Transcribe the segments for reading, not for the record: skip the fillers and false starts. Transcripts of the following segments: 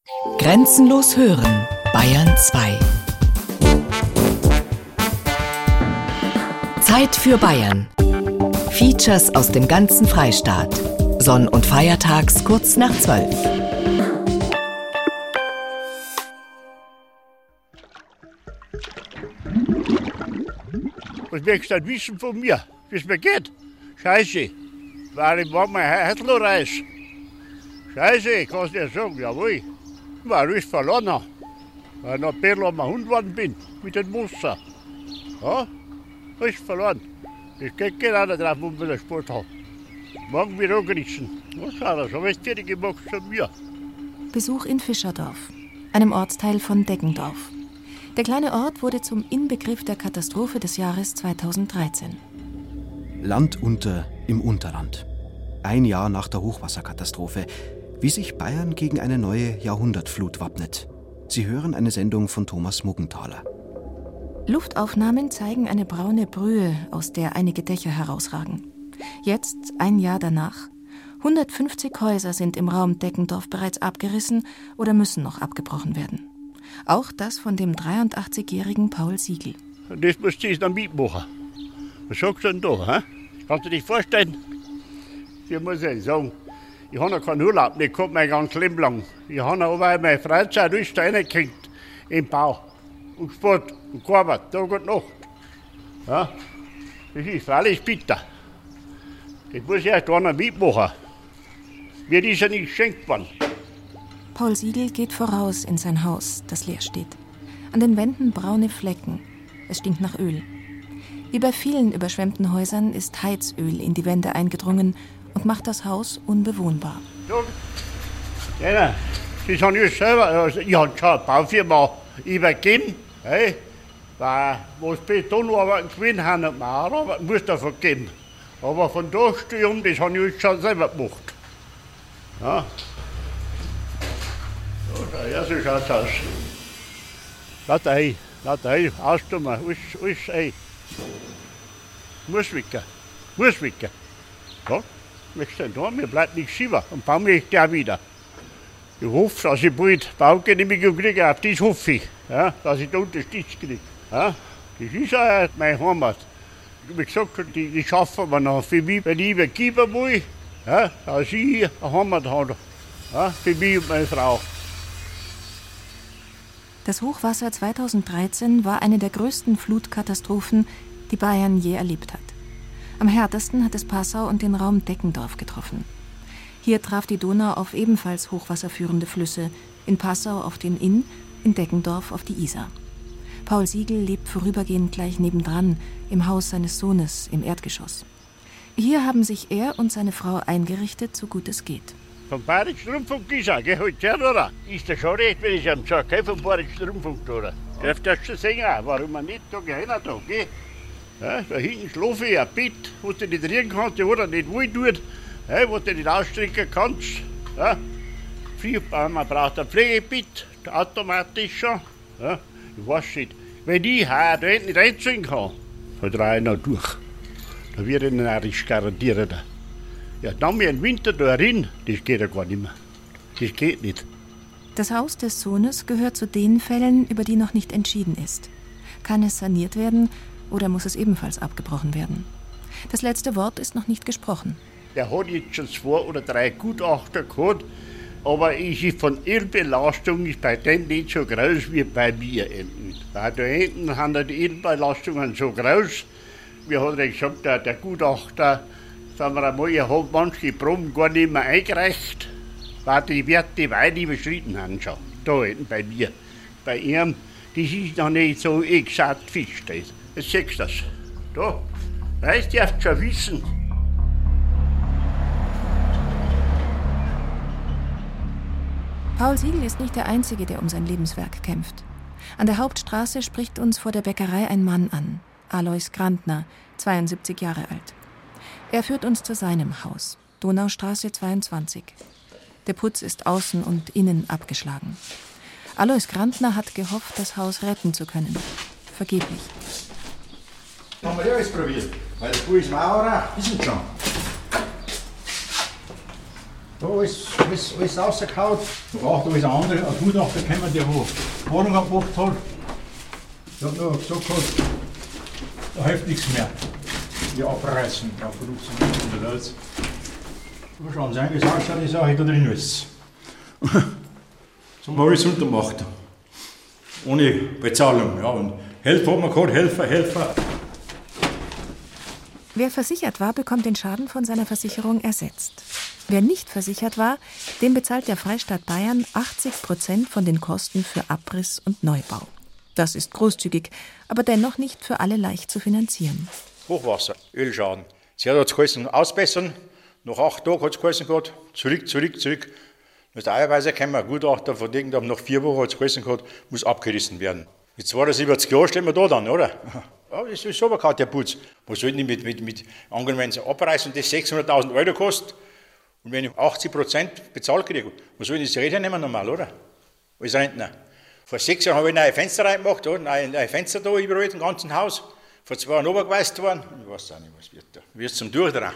Grenzenlos hören, Bayern 2. Zeit für Bayern. Features aus dem ganzen Freistaat. Sonn- und feiertags kurz nach 12. Was möchtest du denn wissen von mir, wie es mir geht? Scheiße, weil ich morgen mein Häusl reis. Scheiße, ich kann es dir sagen, jawohl. Weil ich verloren habe. Weil ich noch ein bisschen am Hund geworden bin, mit dem Musser. Ja, ich verloren. Das geht genau drauf, wo wir den Sport haben. Morgen wieder angerissen. Ja, schau, das habe ich fertig gemacht von mir. Besuch in Fischerdorf, einem Ortsteil von Deggendorf. Der kleine Ort wurde zum Inbegriff der Katastrophe des Jahres 2013. Land unter im Unterland. Ein Jahr nach der Hochwasserkatastrophe. Wie sich Bayern gegen eine neue Jahrhundertflut wappnet. Sie hören eine Sendung von Thomas Muggenthaler. Luftaufnahmen zeigen eine braune Brühe, aus der einige Dächer herausragen. Jetzt, ein Jahr danach, 150 Häuser sind im Raum Deggendorf bereits abgerissen oder müssen noch abgebrochen werden. Auch das von dem 83-jährigen Paul Siegel. Das musst du jetzt noch mitmachen. Was sagst du denn da? Hä? Kannst du dich vorstellen? Ich muss ehrlich sagen, ich habe noch keinen Urlaub nicht gehabt, mein ganzes Leben lang. Ich habe aber meine Freizeit alles da reingekriegt. Im Bau und Sport und gearbeitet, Tag und Nacht. Ja, das ist freilich bitter. Das muss erst einer mitmachen. Mir ist ja nicht geschenkt worden. Paul Siegel geht voraus in sein Haus, das leer steht. An den Wänden braune Flecken. Es stinkt nach Öl. Wie bei vielen überschwemmten Häusern ist Heizöl in die Wände eingedrungen und macht das Haus unbewohnbar. Ja, das habe ich selber, also ich habe schon eine Baufirma übergeben, hey, weil was Betonarbeiten gewinnt haben und Mauerarbeiten muss davon geben. Aber von da um, das habe ich schon selber gemacht. Ja. Ja, so schaut es aus. Lauter ein, austummen, alles ein. Muss weg. Ja, möchtest du da, mir bleibt nichts über und bauen wir gleich wieder. Ich hoffe, dass ich bald Baugenehmigung kriege, auf das hoffe ich, ja, dass ich da Unterstützung kriege. Ja, das ist ja meine Heimat. Wie gesagt, die schaffen wir noch für mich, wenn ich übergeben will, ja, dass ich eine Heimat habe, ja, für mich und meine Frau. Das Hochwasser 2013 war eine der größten Flutkatastrophen, die Bayern je erlebt hat. Am härtesten hat es Passau und den Raum Deggendorf getroffen. Hier traf die Donau auf ebenfalls hochwasserführende Flüsse, in Passau auf den Inn, in Deggendorf auf die Isar. Paul Siegel lebt vorübergehend gleich nebendran, im Haus seines Sohnes im Erdgeschoss. Hier haben sich er und seine Frau eingerichtet, so gut es geht. Vom Bayerischen Rundfunk ist er, geh halt her, oder? Ist das schon recht, wenn ich ihm sage, geh vom Bayerischen Rundfunk, oder? Darf das schon singen, warum man nicht, da geh da, geh. Ja, da hinten schlafe ich, ein Bett, wo du nicht riechen kannst, wo du nicht wohl tut, ja, wo du nicht ausstrecken kannst. Ja. Man braucht ein Pflegebett, automatisch schon. Ja. Ich weiß nicht, wenn ich da hinten nicht reinziehen kann, dann drehe ich noch durch. Da wird ich narrisch garantieren. Ja, dann mir im Winter da rein, das geht ja gar nicht mehr. Das geht nicht. Das Haus des Sohnes gehört zu den Fällen, über die noch nicht entschieden ist. Kann es saniert werden oder muss es ebenfalls abgebrochen werden? Das letzte Wort ist noch nicht gesprochen. Der hat jetzt schon 2 oder 3 Gutachter gehabt, aber von Ölbelastung ist bei denen nicht so groß wie bei mir hinten. Weil da hinten haben die Ölbelastungen so groß. Wie hat er gesagt, der Gutachter, sagen wir einmal, er hat manche Proben gar nicht mehr eingereicht, weil die Werte weit überschritten haben schon. Da hinten bei mir. Bei ihm, das ist noch nicht so exakt festgestellt. Jetzt siehst du das. Da, weißt du, darfst schon wissen. Paul Siegel ist nicht der Einzige, der um sein Lebenswerk kämpft. An der Hauptstraße spricht uns vor der Bäckerei ein Mann an, Alois Grantner, 72 Jahre alt. Er führt uns zu seinem Haus, Donaustraße 22. Der Putz ist außen und innen abgeschlagen. Alois Grantner hat gehofft, das Haus retten zu können. Vergeblich. Haben wir ja alles probiert, weil das Buch ist Maurer, wissen schon. Da alles rausgehauen. Da braucht alles andere. Ein Gutachter kommen, der Wohnung gemacht hat. Der hat noch gesagt, da hilft nichts mehr. Die abreißen, da produzieren die Leute. Da schauen Sie eigentlich aus, dass die Sache da drin ist. So haben wir alles untermacht. Ohne Bezahlung. Ja, und Helfer hat man gehabt, Helfer. Wer versichert war, bekommt den Schaden von seiner Versicherung ersetzt. Wer nicht versichert war, dem bezahlt der Freistaat Bayern 80% von den Kosten für Abriss und Neubau. Das ist großzügig, aber dennoch nicht für alle leicht zu finanzieren. Hochwasser, Ölschaden. Sie hat jetzt geheißen, ausbessern. Nach 8 Tagen hat es geheißen, zurück. Dann ist der Eierweiser gekommen, ein Gutachter von denen, nach 4 Wochen hat es geheißen, muss abgerissen werden. Mit 72 Jahren stehen wir da dann, oder? Ja, das ist aber gerade der Putz. Was soll denn mit angenommen, wenn sie abreißen und das 600.000 € kostet und wenn ich 80% bezahlt kriege, was soll ich das Räder nehmen normal, oder? Als Rentner. Vor 6 Jahren habe ich neue Fenster reingemacht, neue Fenster da überall im ganzen Haus. Vor 2 Jahren runtergeweißt worden. Ich weiß auch nicht, was wird da. Wird zum Durchdrehen.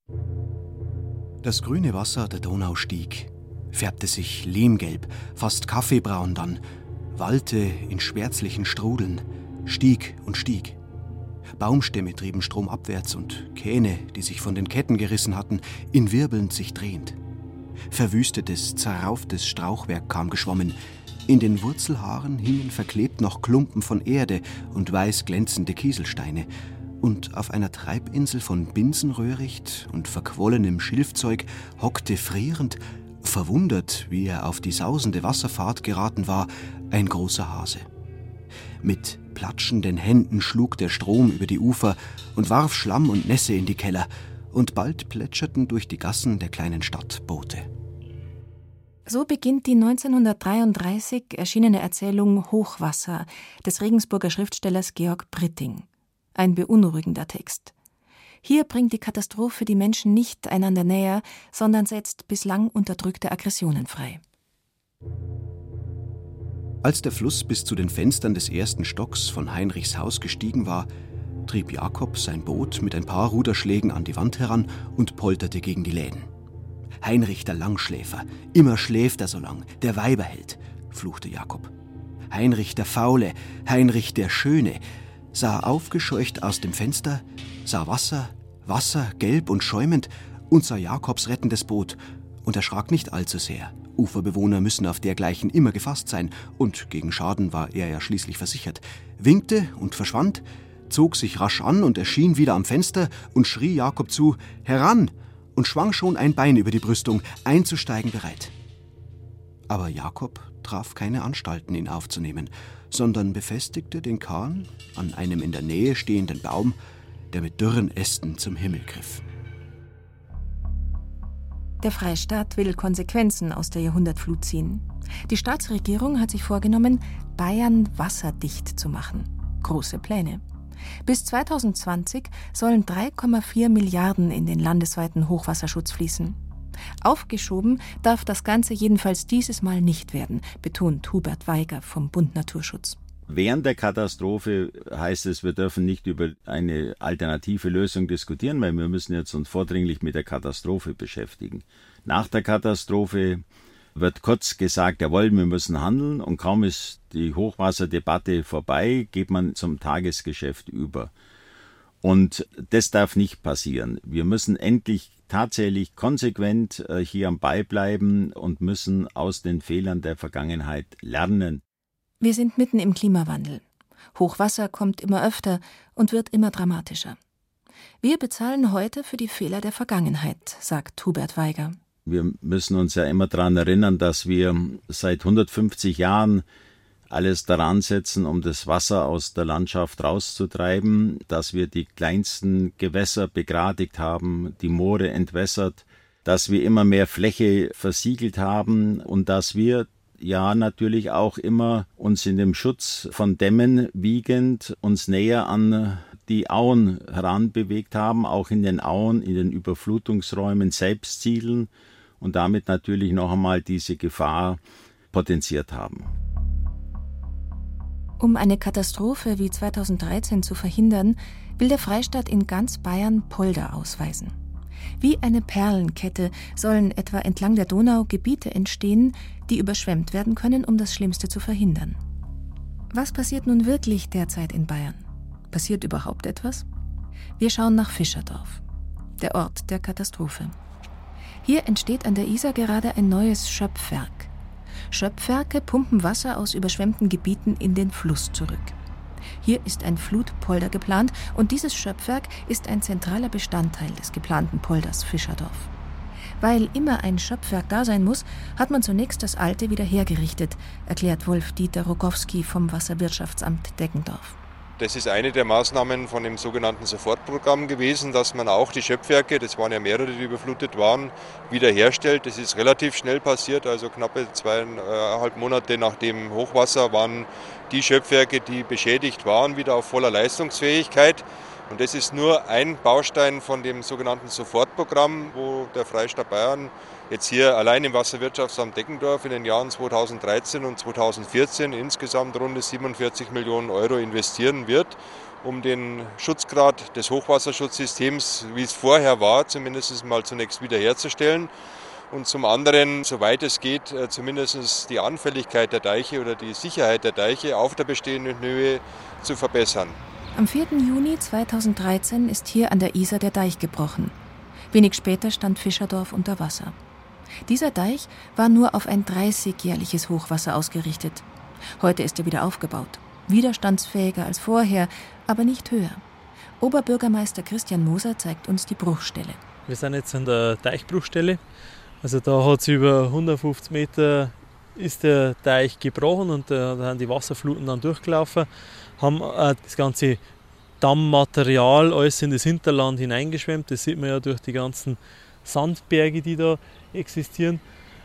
Das grüne Wasser der Donau stieg, färbte sich lehmgelb, fast kaffeebraun dann, wallte in schwärzlichen Strudeln, stieg und stieg. Baumstämme trieben stromabwärts und Kähne, die sich von den Ketten gerissen hatten, in wirbelnd sich drehend. Verwüstetes, zerrauftes Strauchwerk kam geschwommen. In den Wurzelhaaren hingen verklebt noch Klumpen von Erde und weiß glänzende Kieselsteine. Und auf einer Treibinsel von Binsenröhricht und verquollenem Schilfzeug hockte frierend, verwundert, wie er auf die sausende Wasserfahrt geraten war, ein großer Hase. Mit platschenden Händen schlug der Strom über die Ufer und warf Schlamm und Nässe in die Keller, und bald plätscherten durch die Gassen der kleinen Stadt Boote. So beginnt die 1933 erschienene Erzählung Hochwasser des Regensburger Schriftstellers Georg Britting. Ein beunruhigender Text. Hier bringt die Katastrophe die Menschen nicht einander näher, sondern setzt bislang unterdrückte Aggressionen frei. Als der Fluss bis zu den Fenstern des ersten Stocks von Heinrichs Haus gestiegen war, trieb Jakob sein Boot mit ein paar Ruderschlägen an die Wand heran und polterte gegen die Läden. Heinrich der Langschläfer, immer schläft er so lang, der Weiberheld, fluchte Jakob. Heinrich der Faule, Heinrich der Schöne, sah aufgescheucht aus dem Fenster, sah Wasser, gelb und schäumend, und sah Jakobs rettendes Boot und erschrak nicht allzu sehr. Uferbewohner müssen auf dergleichen immer gefasst sein, und gegen Schaden war er ja schließlich versichert. Winkte und verschwand, zog sich rasch an und erschien wieder am Fenster und schrie Jakob zu: »Heran!« und schwang schon ein Bein über die Brüstung, einzusteigen bereit. Aber Jakob traf keine Anstalten, ihn aufzunehmen, sondern befestigte den Kahn an einem in der Nähe stehenden Baum, der mit dürren Ästen zum Himmel griff. Der Freistaat will Konsequenzen aus der Jahrhundertflut ziehen. Die Staatsregierung hat sich vorgenommen, Bayern wasserdicht zu machen. Große Pläne. Bis 2020 sollen 3,4 Milliarden in den landesweiten Hochwasserschutz fließen. Aufgeschoben darf das Ganze jedenfalls dieses Mal nicht werden, betont Hubert Weiger vom Bund Naturschutz. Während der Katastrophe heißt es, wir dürfen nicht über eine alternative Lösung diskutieren, weil wir müssen jetzt uns vordringlich mit der Katastrophe beschäftigen. Nach der Katastrophe wird kurz gesagt, jawohl, wir müssen handeln, und kaum ist die Hochwasserdebatte vorbei, geht man zum Tagesgeschäft über. Und das darf nicht passieren. Wir müssen endlich tatsächlich konsequent hier am Ball bleiben und müssen aus den Fehlern der Vergangenheit lernen. Wir sind mitten im Klimawandel. Hochwasser kommt immer öfter und wird immer dramatischer. Wir bezahlen heute für die Fehler der Vergangenheit, sagt Hubert Weiger. Wir müssen uns ja immer daran erinnern, dass wir seit 150 Jahren alles daran setzen, um das Wasser aus der Landschaft rauszutreiben, dass wir die kleinsten Gewässer begradigt haben, die Moore entwässert, dass wir immer mehr Fläche versiegelt haben und dass wir ja natürlich auch immer uns in dem Schutz von Dämmen wiegend uns näher an die Auen heranbewegt haben, auch in den Auen, in den Überflutungsräumen selbst siedeln und damit natürlich noch einmal diese Gefahr potenziert haben. Um eine Katastrophe wie 2013 zu verhindern, will der Freistaat in ganz Bayern Polder ausweisen. Wie eine Perlenkette sollen etwa entlang der Donau Gebiete entstehen, die überschwemmt werden können, um das Schlimmste zu verhindern. Was passiert nun wirklich derzeit in Bayern? Passiert überhaupt etwas? Wir schauen nach Fischerdorf, der Ort der Katastrophe. Hier entsteht an der Isar gerade ein neues Schöpfwerk. Schöpfwerke pumpen Wasser aus überschwemmten Gebieten in den Fluss zurück. Hier ist ein Flutpolder geplant und dieses Schöpfwerk ist ein zentraler Bestandteil des geplanten Polders Fischerdorf. Weil immer ein Schöpfwerk da sein muss, hat man zunächst das alte wieder hergerichtet, erklärt Wolf-Dieter Rogowski vom Wasserwirtschaftsamt Deggendorf. Das ist eine der Maßnahmen von dem sogenannten Sofortprogramm gewesen, dass man auch die Schöpfwerke, das waren ja mehrere, die überflutet waren, wiederherstellt. Das ist relativ schnell passiert, also knappe 2,5 Monate nach dem Hochwasser waren die Schöpfwerke, die beschädigt waren, wieder auf voller Leistungsfähigkeit. Und das ist nur ein Baustein von dem sogenannten Sofortprogramm, wo der Freistaat Bayern jetzt hier allein im Wasserwirtschaftsamt Deggendorf in den Jahren 2013 und 2014 insgesamt rund 47 Millionen Euro investieren wird, um den Schutzgrad des Hochwasserschutzsystems, wie es vorher war, zumindest mal zunächst wiederherzustellen. Und zum anderen, soweit es geht, zumindest die Anfälligkeit der Deiche oder die Sicherheit der Deiche auf der bestehenden Höhe zu verbessern. Am 4. Juni 2013 ist hier an der Isar der Deich gebrochen. Wenig später stand Fischerdorf unter Wasser. Dieser Deich war nur auf ein 30-jährliches Hochwasser ausgerichtet. Heute ist er wieder aufgebaut. Widerstandsfähiger als vorher, aber nicht höher. Oberbürgermeister Christian Moser zeigt uns die Bruchstelle. Wir sind jetzt an der Deichbruchstelle. Also da hat es über 150 Meter ist der Deich gebrochen und da sind die Wasserfluten dann durchgelaufen, haben das ganze Dammmaterial alles in das Hinterland hineingeschwemmt. Das sieht man ja durch die ganzen Sandberge, die da existieren.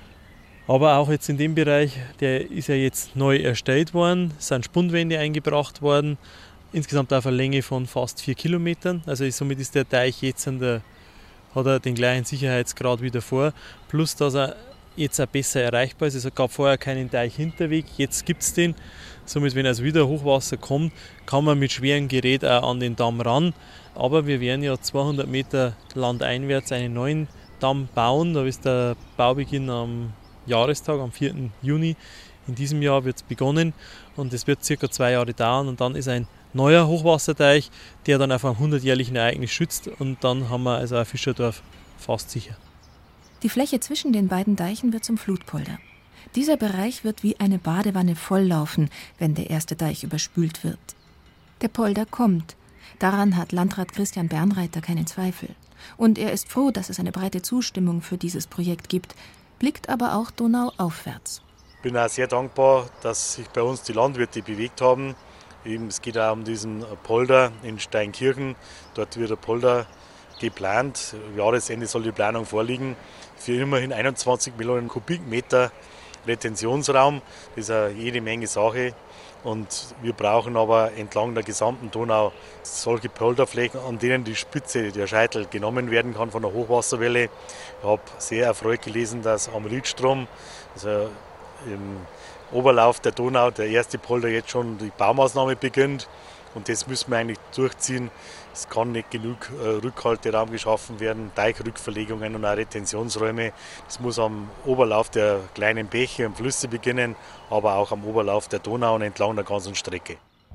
Aber auch jetzt in dem Bereich, der ist ja jetzt neu erstellt worden, es sind Spundwände eingebracht worden, insgesamt auf eine Länge von fast 4 Kilometern. Also somit ist der Deich jetzt hat er den gleichen Sicherheitsgrad wie davor, plus dass er jetzt auch besser erreichbar ist. Es gab vorher keinen Deichhinterweg, jetzt gibt es den. Somit, wenn also wieder Hochwasser kommt, kann man mit schwerem Gerät auch an den Damm ran. Aber wir werden ja 200 Meter landeinwärts einen neuen Damm bauen. Da ist der Baubeginn am Jahrestag, am 4. Juni. In diesem Jahr wird es begonnen und es wird ca. 2 Jahre dauern. Und dann ist ein neuer Hochwasserteich, der dann auf einem 100-jährigen Ereignis schützt. Und dann haben wir also ein Fischerdorf fast sicher. Die Fläche zwischen den beiden Deichen wird zum Flutpolder. Dieser Bereich wird wie eine Badewanne volllaufen, wenn der erste Deich überspült wird. Der Polder kommt. Daran hat Landrat Christian Bernreiter keinen Zweifel. Und er ist froh, dass es eine breite Zustimmung für dieses Projekt gibt, blickt aber auch donauaufwärts. Ich bin auch sehr dankbar, dass sich bei uns die Landwirte bewegt haben. Es geht auch um diesen Polder in Steinkirchen. Dort wird der Polder geplant. Jahresende soll die Planung vorliegen. Für immerhin 21 Millionen Kubikmeter Retentionsraum. Das ist eine jede Menge Sache. Und wir brauchen aber entlang der gesamten Donau solche Polderflächen, an denen die Spitze, der Scheitel, genommen werden kann von der Hochwasserwelle. Ich habe sehr erfreut gelesen, dass am Riedstrom, also im Oberlauf der Donau, der erste Polder jetzt schon die Baumaßnahme beginnt. Und das müssen wir eigentlich durchziehen. Es kann nicht genug Rückhalteraum geschaffen werden, Deichrückverlegungen und auch Retentionsräume. Das muss am Oberlauf der kleinen Bäche und Flüsse beginnen, aber auch am Oberlauf der Donau und entlang der ganzen Strecke.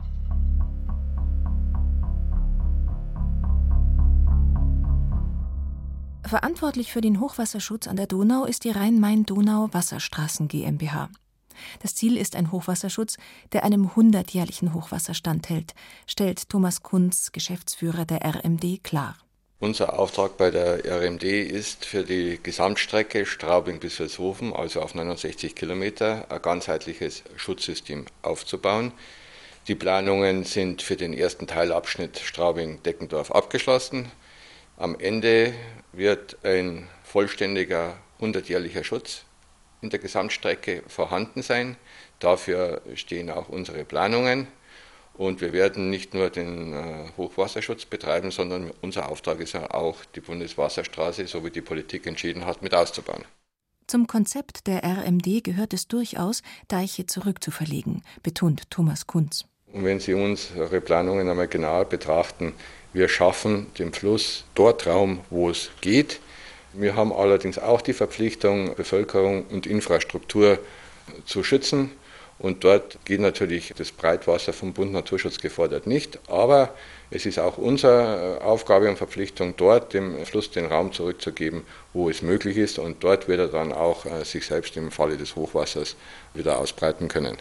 Verantwortlich für den Hochwasserschutz an der Donau ist die Rhein-Main-Donau-Wasserstraßen GmbH. Das Ziel ist ein Hochwasserschutz, der einem 100-jährlichen Hochwasser standhält, stellt Thomas Kunz, Geschäftsführer der RMD, klar. Unser Auftrag bei der RMD ist, für die Gesamtstrecke Straubing bis Vilshofen, also auf 69 Kilometer, ein ganzheitliches Schutzsystem aufzubauen. Die Planungen sind für den ersten Teilabschnitt Straubing-Deckendorf abgeschlossen. Am Ende wird ein vollständiger 100-jährlicher Schutz in der Gesamtstrecke vorhanden sein. Dafür stehen auch unsere Planungen. Und wir werden nicht nur den Hochwasserschutz betreiben, sondern unser Auftrag ist ja auch, die Bundeswasserstraße, so wie die Politik entschieden hat, mit auszubauen. Zum Konzept der RMD gehört es durchaus, Deiche zurückzuverlegen, betont Thomas Kunz. Und wenn Sie unsere Planungen einmal genauer betrachten, wir schaffen dem Fluss dort Raum, wo es geht. Wir haben allerdings auch die Verpflichtung, Bevölkerung und Infrastruktur zu schützen. Und dort geht natürlich das Breitwasser vom Bund Naturschutz gefordert nicht. Aber es ist auch unsere Aufgabe und Verpflichtung, dort dem Fluss den Raum zurückzugeben, wo es möglich ist. Und dort wird er dann auch sich selbst im Falle des Hochwassers wieder ausbreiten können.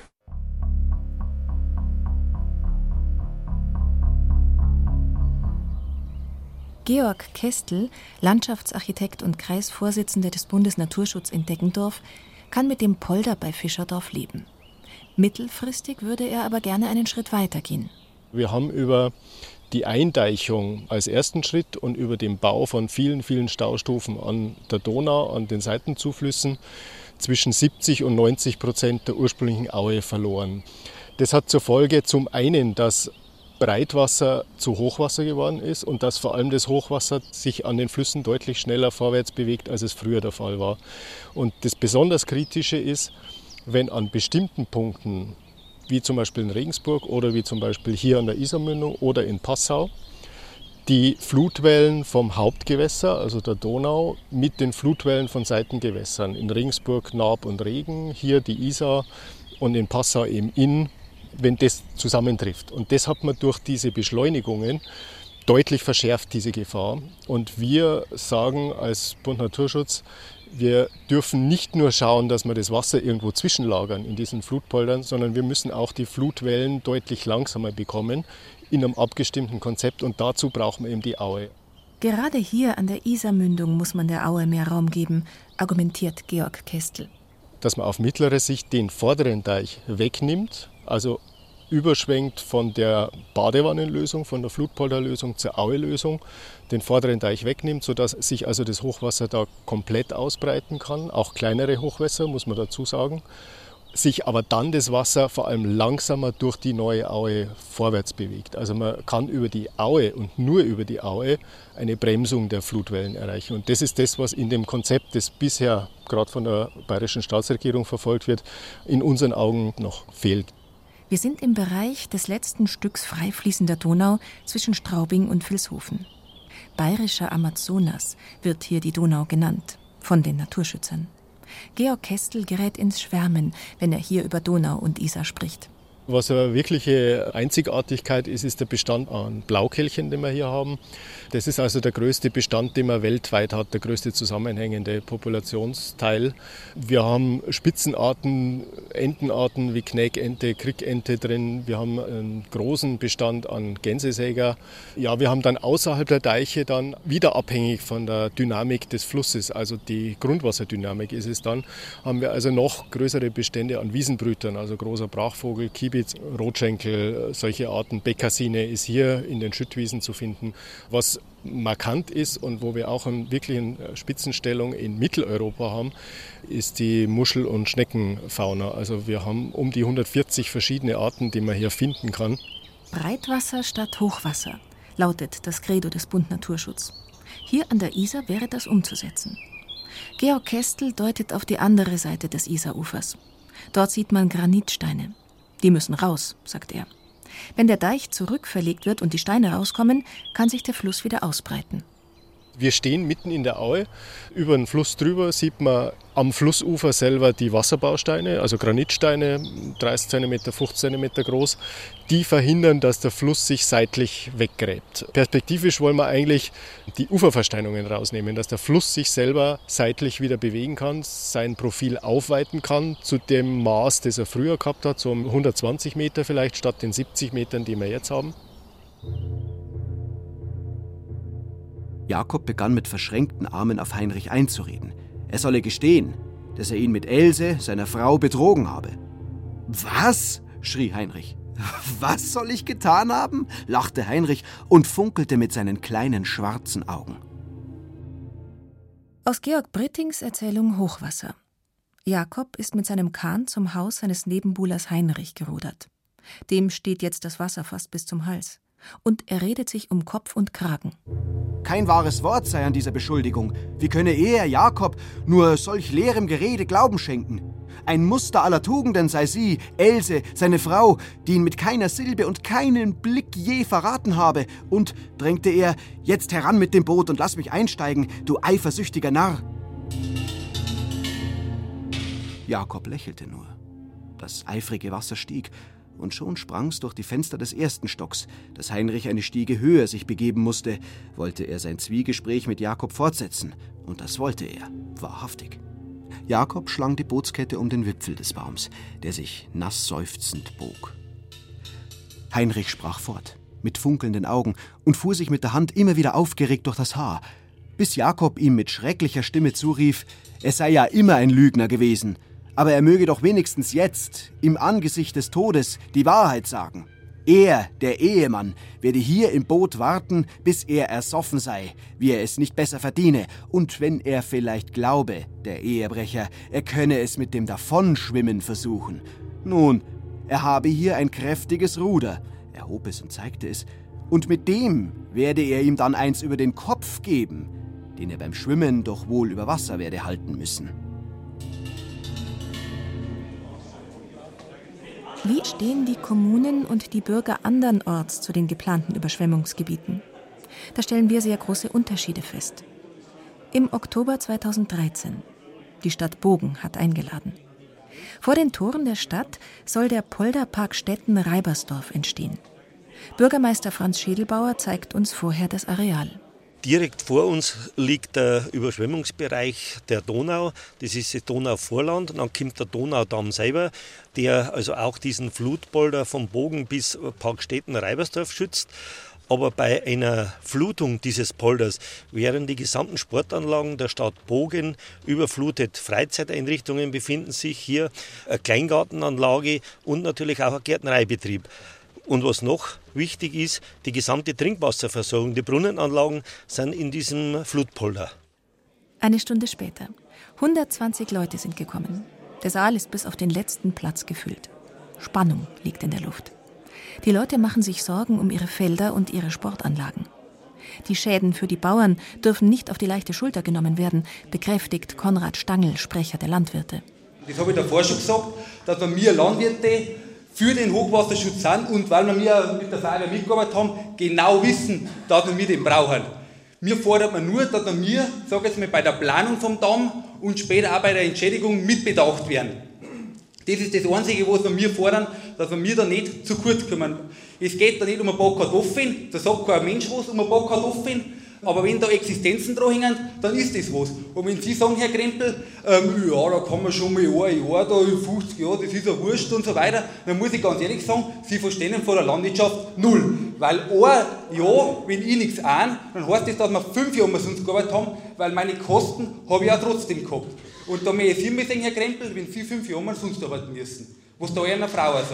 Georg Kestl, Landschaftsarchitekt und Kreisvorsitzender des Bundesnaturschutz in Deggendorf, kann mit dem Polder bei Fischerdorf leben. Mittelfristig würde er aber gerne einen Schritt weiter gehen. Wir haben über die Eindeichung als ersten Schritt und über den Bau von vielen, vielen Staustufen an der Donau, an den Seitenzuflüssen, zwischen 70% und 90% der ursprünglichen Aue verloren. Das hat zur Folge zum einen, dass Breitwasser zu Hochwasser geworden ist und dass vor allem das Hochwasser sich an den Flüssen deutlich schneller vorwärts bewegt, als es früher der Fall war. Und das besonders Kritische ist, wenn an bestimmten Punkten, wie zum Beispiel in Regensburg oder wie zum Beispiel hier an der Isarmündung oder in Passau, die Flutwellen vom Hauptgewässer, also der Donau, mit den Flutwellen von Seitengewässern, in Regensburg Naab und Regen, hier die Isar und in Passau eben Inn, wenn das zusammentrifft. Und das hat man durch diese Beschleunigungen deutlich verschärft, diese Gefahr. Und wir sagen als Bund Naturschutz, wir dürfen nicht nur schauen, dass wir das Wasser irgendwo zwischenlagern in diesen Flutpoldern, sondern wir müssen auch die Flutwellen deutlich langsamer bekommen in einem abgestimmten Konzept. Und dazu brauchen wir eben die Aue. Gerade hier an der Isarmündung muss man der Aue mehr Raum geben, argumentiert Georg Kestl. Dass man auf mittlere Sicht den vorderen Deich wegnimmt, also überschwenkt von der Badewannenlösung, von der Flutpolderlösung zur Aue-Lösung, den vorderen Deich wegnimmt, sodass sich also das Hochwasser da komplett ausbreiten kann, auch kleinere Hochwässer, muss man dazu sagen, sich aber dann das Wasser vor allem langsamer durch die neue Aue vorwärts bewegt. Also man kann über die Aue und nur über die Aue eine Bremsung der Flutwellen erreichen. Und das ist das, was in dem Konzept, das bisher gerade von der bayerischen Staatsregierung verfolgt wird, in unseren Augen noch fehlt. Wir sind im Bereich des letzten Stücks frei fließender Donau zwischen Straubing und Vilshofen. Bayerischer Amazonas wird hier die Donau genannt, von den Naturschützern. Georg Kestl gerät ins Schwärmen, wenn er hier über Donau und Isar spricht. Was eine wirkliche Einzigartigkeit ist, ist der Bestand an Blaukehlchen, den wir hier haben. Das ist also der größte Bestand, den man weltweit hat, der größte zusammenhängende Populationsteil. Wir haben Spitzenarten, Entenarten wie Knäkente, Krickente drin. Wir haben einen großen Bestand an Gänsesäger. Ja, wir haben dann außerhalb der Deiche dann wieder abhängig von der Dynamik des Flusses, also die Grundwasserdynamik ist es dann, haben wir also noch größere Bestände an Wiesenbrütern, also großer Brachvogel, Kiebitz, Rotschenkel, solche Arten. Bekassine ist hier in den Schüttwiesen zu finden. Was markant ist und wo wir auch wirklich eine Spitzenstellung in Mitteleuropa haben, ist die Muschel- und Schneckenfauna. Also wir haben um die 140 verschiedene Arten, die man hier finden kann. Breitwasser statt Hochwasser lautet das Credo des Bund Naturschutz. Hier an der Isar wäre das umzusetzen. Georg Kestl deutet auf die andere Seite des Isarufers. Dort sieht man Granitsteine. Die müssen raus, sagt er. Wenn der Deich zurückverlegt wird und die Steine rauskommen, kann sich der Fluss wieder ausbreiten. Wir stehen mitten in der Aue. Über den Fluss drüber sieht man am Flussufer selber die Wasserbausteine, also Granitsteine, 30 cm, 50 cm groß. Die verhindern, dass der Fluss sich seitlich weggräbt. Perspektivisch wollen wir eigentlich die Uferversteinungen rausnehmen, dass der Fluss sich selber seitlich wieder bewegen kann, sein Profil aufweiten kann zu dem Maß, das er früher gehabt hat, so um 120 Meter vielleicht statt den 70 Metern, die wir jetzt haben. Jakob begann mit verschränkten Armen auf Heinrich einzureden. Er solle gestehen, dass er ihn mit Else, seiner Frau, betrogen habe. »Was?« schrie Heinrich. »Was soll ich getan haben?« lachte Heinrich und funkelte mit seinen kleinen schwarzen Augen. Aus Georg Brittings Erzählung Hochwasser. Jakob ist mit seinem Kahn zum Haus seines Nebenbuhlers Heinrich gerudert. Dem steht jetzt das Wasser fast bis zum Hals. Und er redet sich um Kopf und Kragen. Kein wahres Wort sei an dieser Beschuldigung. Wie könne er, Jakob, nur solch leerem Gerede Glauben schenken? Ein Muster aller Tugenden sei sie, Else, seine Frau, die ihn mit keiner Silbe und keinen Blick je verraten habe. Und, drängte er, jetzt heran mit dem Boot und lass mich einsteigen, du eifersüchtiger Narr. Jakob lächelte nur. Das eifrige Wasser stieg, und schon sprang's durch die Fenster des ersten Stocks, dass Heinrich eine Stiege höher sich begeben musste, wollte er sein Zwiegespräch mit Jakob fortsetzen. Und das wollte er, wahrhaftig. Jakob schlang die Bootskette um den Wipfel des Baums, der sich nass seufzend bog. Heinrich sprach fort, mit funkelnden Augen, und fuhr sich mit der Hand immer wieder aufgeregt durch das Haar, bis Jakob ihm mit schrecklicher Stimme zurief, er sei ja immer ein Lügner gewesen, aber er möge doch wenigstens jetzt, im Angesicht des Todes, die Wahrheit sagen. Er, der Ehemann, werde hier im Boot warten, bis er ersoffen sei, wie er es nicht besser verdiene. Und wenn er vielleicht glaube, der Ehebrecher, er könne es mit dem Davonschwimmen versuchen. Nun, er habe hier ein kräftiges Ruder, er hob es und zeigte es, und mit dem werde er ihm dann eins über den Kopf geben, den er beim Schwimmen doch wohl über Wasser werde halten müssen. Wie stehen die Kommunen und die Bürger andernorts zu den geplanten Überschwemmungsgebieten? Da stellen wir sehr große Unterschiede fest. Im Oktober 2013. Die Stadt Bogen hat eingeladen. Vor den Toren der Stadt soll der Polderpark Stetten-Reibersdorf entstehen. Bürgermeister Franz Schädelbauer zeigt uns vorher das Areal. Direkt vor uns liegt der Überschwemmungsbereich der Donau. Das ist das Donauvorland. Und dann kommt der Donaudamm selber, der also auch diesen Flutpolder vom Bogen bis Park Stetten-Reibersdorf schützt. Aber bei einer Flutung dieses Polders wären die gesamten Sportanlagen der Stadt Bogen überflutet. Freizeiteinrichtungen befinden sich hier, eine Kleingartenanlage und natürlich auch ein Gärtnereibetrieb. Und was noch wichtig ist, die gesamte Trinkwasserversorgung, die Brunnenanlagen sind in diesem Flutpolder. Eine Stunde später. 120 Leute sind gekommen. Der Saal ist bis auf den letzten Platz gefüllt. Spannung liegt in der Luft. Die Leute machen sich Sorgen um ihre Felder und ihre Sportanlagen. Die Schäden für die Bauern dürfen nicht auf die leichte Schulter genommen werden, bekräftigt Konrad Stangl, Sprecher der Landwirte. Das habe ich davor schon gesagt, dass wir Landwirte für den Hochwasserschutz sind und weil wir mit der Feuerwehr mitgearbeitet haben, genau wissen, dass wir den brauchen. Wir fordern nur, dass wir, sage jetzt mal, bei der Planung vom Damm und später auch bei der Entschädigung mitbedacht werden. Das ist das Einzige, was wir fordern, dass wir da nicht zu kurz kommen. Es geht da nicht um ein paar Kartoffeln, da sagt kein Mensch was um ein paar Kartoffeln, aber wenn da Existenzen dran hängen, dann ist das was. Und wenn Sie sagen, Herr Krempel, ja, da kann man schon mal ein Jahr, da 50 Jahre, das ist ja wurscht und so weiter, dann muss ich ganz ehrlich sagen, Sie verstehen von der Landwirtschaft null. Weil ein Jahr, wenn ich nichts ahne, dann heißt das, dass wir 5 Jahre sonst gearbeitet haben, weil meine Kosten habe ich auch trotzdem gehabt. Und da möchte ich Sie mal sagen, Herr Krempel, wenn Sie 5 Jahre sonst arbeiten müssen, was da einer Frau sagt.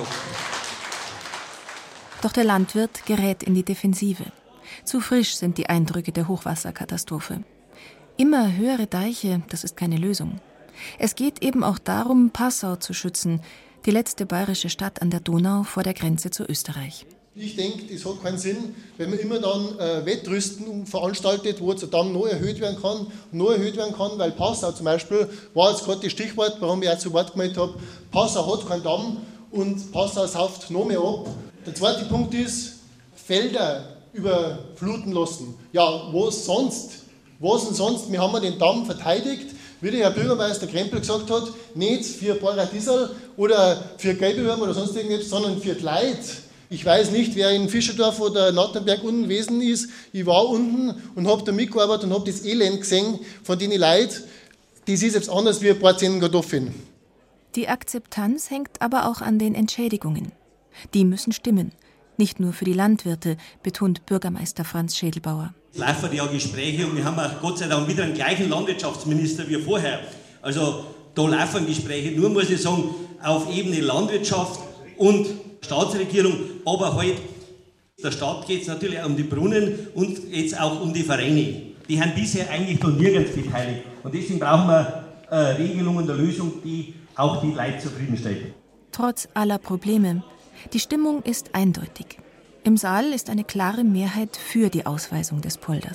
Doch der Landwirt gerät in die Defensive. Zu frisch sind die Eindrücke der Hochwasserkatastrophe. Immer höhere Deiche, das ist keine Lösung. Es geht eben auch darum, Passau zu schützen, die letzte bayerische Stadt an der Donau vor der Grenze zu Österreich. Ich denke, es hat keinen Sinn, wenn man immer dann Wettrüsten veranstaltet, wo der Damm noch erhöht werden kann, weil Passau zum Beispiel war jetzt gerade das Stichwort, warum ich auch zu Wort gemeldet habe. Passau hat keinen Damm und Passau sauft noch mehr ab. Der zweite Punkt ist, Felder überfluten lassen. Ja, was sonst? Was denn sonst? Wir haben den Damm verteidigt, wie der Herr Bürgermeister Krempel gesagt hat, nicht für ein paar Diesel oder für Gelbewürmer oder sonst irgendetwas, sondern für die Leute. Ich weiß nicht, wer in Fischerdorf oder Natternberg unten gewesen ist. Ich war unten und habe da mitgearbeitet und habe das Elend gesehen von den Leuten. Das ist jetzt anders wie ein paar Zehn Kartoffeln. Die Akzeptanz hängt aber auch an den Entschädigungen. Die müssen stimmen. Nicht nur für die Landwirte, betont Bürgermeister Franz Schädelbauer. Es laufen ja Gespräche und wir haben auch Gott sei Dank wieder den gleichen Landwirtschaftsminister wie vorher. Also da laufen Gespräche, nur muss ich sagen, auf Ebene Landwirtschaft und Staatsregierung, aber halt, der Staat geht es natürlich auch um die Brunnen und jetzt auch um die Vereine. Die haben bisher eigentlich noch nirgends beteiligt. Und deswegen brauchen wir Regelungen der Lösung, die auch die Leute zufriedenstellt. Trotz aller Probleme. Die Stimmung ist eindeutig. Im Saal ist eine klare Mehrheit für die Ausweisung des Polders.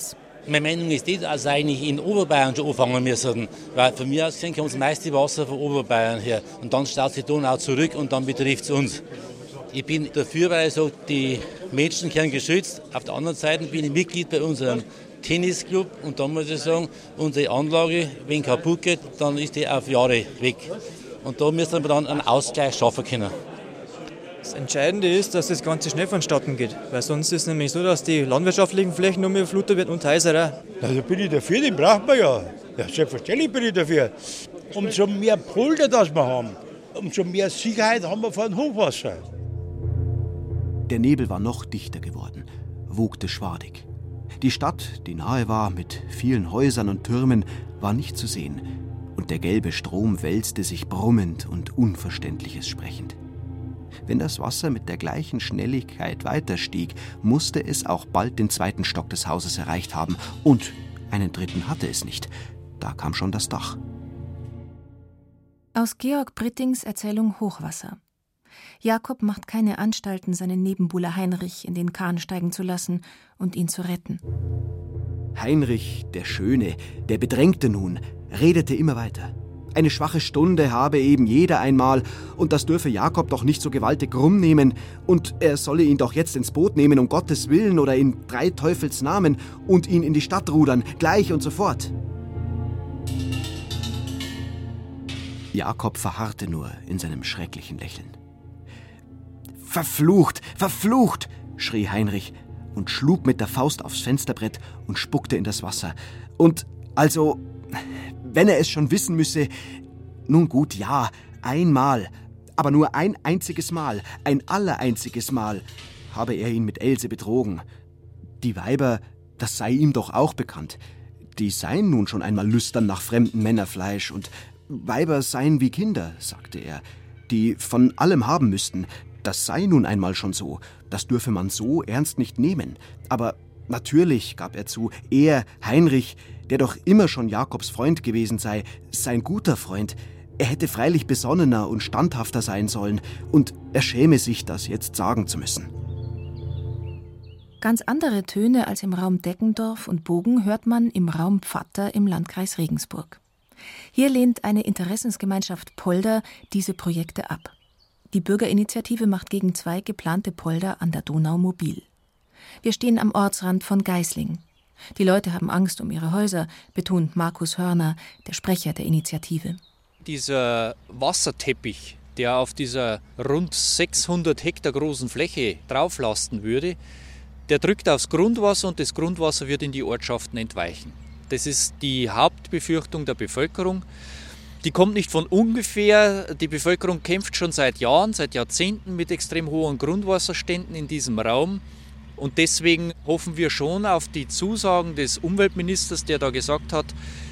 Meine Meinung ist die, dass eigentlich in Oberbayern schon anfangen müssen. Weil von mir aus gesehen kommt das meiste Wasser von Oberbayern her. Und dann staut die Donau zurück und dann betrifft es uns. Ich bin dafür, weil ich sage, die Menschen werden geschützt. Auf der anderen Seite bin ich Mitglied bei unserem Tennisclub. Und da muss ich sagen, unsere Anlage, wenn kaputt geht, dann ist die auf Jahre weg. Und da müssen wir dann einen Ausgleich schaffen können. Das Entscheidende ist, dass das Ganze schnell vonstatten geht. Weil sonst ist es nämlich so, dass die landwirtschaftlichen Flächen nur mehr überflutet werden und Häuser auch. Da bin ich dafür, den braucht man ja. Ja, selbstverständlich bin ich dafür. Umso mehr Polder das wir haben, umso mehr Sicherheit haben wir vor dem Hochwasser. Der Nebel war noch dichter geworden, wogte schwadig. Die Stadt, die nahe war, mit vielen Häusern und Türmen, war nicht zu sehen. Und der gelbe Strom wälzte sich brummend und Unverständliches sprechend. Wenn das Wasser mit der gleichen Schnelligkeit weiterstieg, musste es auch bald den 2. Stock des Hauses erreicht haben. Und einen 3. hatte es nicht. Da kam schon das Dach. Aus Georg Brittings Erzählung Hochwasser. Jakob macht keine Anstalten, seinen Nebenbuhler Heinrich in den Kahn steigen zu lassen und ihn zu retten. Heinrich, der Schöne, der Bedrängte nun, redete immer weiter. Eine schwache Stunde habe eben jeder einmal, und das dürfe Jakob doch nicht so gewaltig rumnehmen, und er solle ihn doch jetzt ins Boot nehmen, um Gottes Willen oder in 3 Teufels Namen, und ihn in die Stadt rudern, gleich und sofort. Jakob verharrte nur in seinem schrecklichen Lächeln. »Verflucht, verflucht«, schrie Heinrich und schlug mit der Faust aufs Fensterbrett und spuckte in das Wasser. Und also, wenn er es schon wissen müsse, nun gut, ja, einmal, aber nur ein einziges Mal, ein allereinziges Mal, habe er ihn mit Else betrogen. Die Weiber, das sei ihm doch auch bekannt, die seien nun schon einmal lüstern nach fremdem Männerfleisch, und Weiber seien wie Kinder, sagte er, die von allem haben müssten. Das sei nun einmal schon so, das dürfe man so ernst nicht nehmen. Aber natürlich, gab er zu, er, Heinrich, der doch immer schon Jakobs Freund gewesen sei, sein guter Freund, er hätte freilich besonnener und standhafter sein sollen, und er schäme sich, das jetzt sagen zu müssen. Ganz andere Töne als im Raum Deggendorf und Bogen hört man im Raum Pfatter im Landkreis Regensburg. Hier lehnt eine Interessensgemeinschaft Polder diese Projekte ab. Die Bürgerinitiative macht gegen 2 geplante Polder an der Donau mobil. Wir stehen am Ortsrand von Geisling. Die Leute haben Angst um ihre Häuser, betont Markus Hörner, der Sprecher der Initiative. Dieser Wasserteppich, der auf dieser rund 600 Hektar großen Fläche drauflasten würde, der drückt aufs Grundwasser und das Grundwasser wird in die Ortschaften entweichen. Das ist die Hauptbefürchtung der Bevölkerung. Die kommt nicht von ungefähr. Die Bevölkerung kämpft schon seit Jahren, seit Jahrzehnten mit extrem hohen Grundwasserständen in diesem Raum. Und deswegen hoffen wir schon auf die Zusagen des Umweltministers, der da gesagt hat,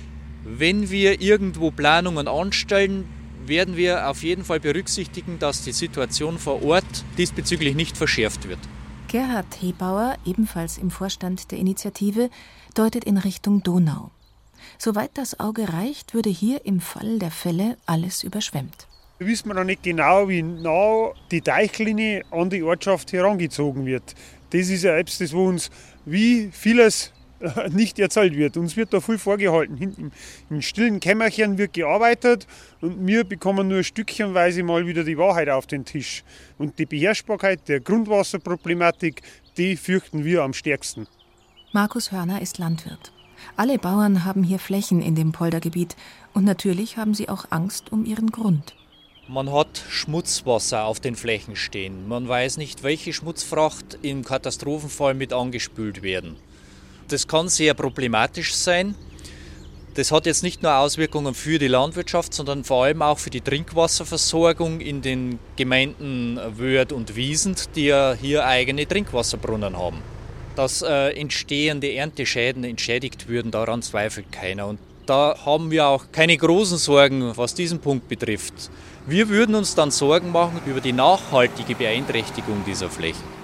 wenn wir irgendwo Planungen anstellen, werden wir auf jeden Fall berücksichtigen, dass die Situation vor Ort diesbezüglich nicht verschärft wird. Gerhard Hebauer, ebenfalls im Vorstand der Initiative, deutet in Richtung Donau. Soweit das Auge reicht, würde hier im Fall der Fälle alles überschwemmt. Da wissen wir noch nicht genau, wie nah die Deichlinie an die Ortschaft herangezogen wird. Das ist ja etwas, das wo uns wie vieles nicht erzählt wird. Uns wird da viel vorgehalten. Hinten im stillen Kämmerchen wird gearbeitet und wir bekommen nur stückchenweise mal wieder die Wahrheit auf den Tisch. Und die Beherrschbarkeit der Grundwasserproblematik, die fürchten wir am stärksten. Markus Hörner ist Landwirt. Alle Bauern haben hier Flächen in dem Poldergebiet und natürlich haben sie auch Angst um ihren Grund. Man hat Schmutzwasser auf den Flächen stehen. Man weiß nicht, welche Schmutzfracht im Katastrophenfall mit angespült werden. Das kann sehr problematisch sein. Das hat jetzt nicht nur Auswirkungen für die Landwirtschaft, sondern vor allem auch für die Trinkwasserversorgung in den Gemeinden Wörth und Wiesent, die ja hier eigene Trinkwasserbrunnen haben. Dass entstehende Ernteschäden entschädigt würden, daran zweifelt keiner. Und da haben wir auch keine großen Sorgen, was diesen Punkt betrifft. Wir würden uns dann Sorgen machen über die nachhaltige Beeinträchtigung dieser Flächen.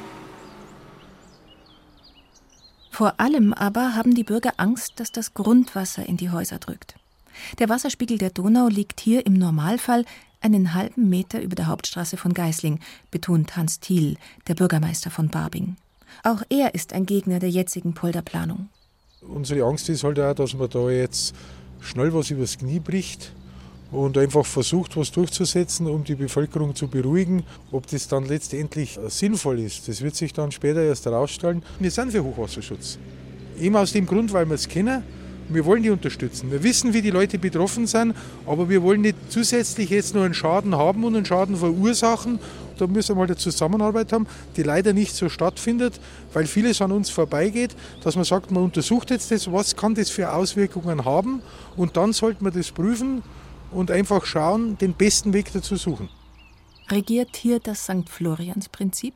Vor allem aber haben die Bürger Angst, dass das Grundwasser in die Häuser drückt. Der Wasserspiegel der Donau liegt hier im Normalfall einen halben Meter über der Hauptstraße von Geisling, betont Hans Thiel, der Bürgermeister von Barbing. Auch er ist ein Gegner der jetzigen Polderplanung. Unsere Angst ist halt auch, dass man da jetzt schnell was übers Knie bricht und einfach versucht, was durchzusetzen, um die Bevölkerung zu beruhigen. Ob das dann letztendlich sinnvoll ist, das wird sich dann später erst herausstellen. Wir sind für Hochwasserschutz. Eben aus dem Grund, weil wir es kennen. Wir wollen die unterstützen. Wir wissen, wie die Leute betroffen sind, aber wir wollen nicht zusätzlich jetzt nur einen Schaden haben und einen Schaden verursachen. Da müssen wir mal eine Zusammenarbeit haben, die leider nicht so stattfindet, weil vieles an uns vorbeigeht, dass man sagt, man untersucht jetzt das, was kann das für Auswirkungen haben und dann sollte man das prüfen und einfach schauen, den besten Weg dazu suchen. Regiert hier das St. Florians-Prinzip?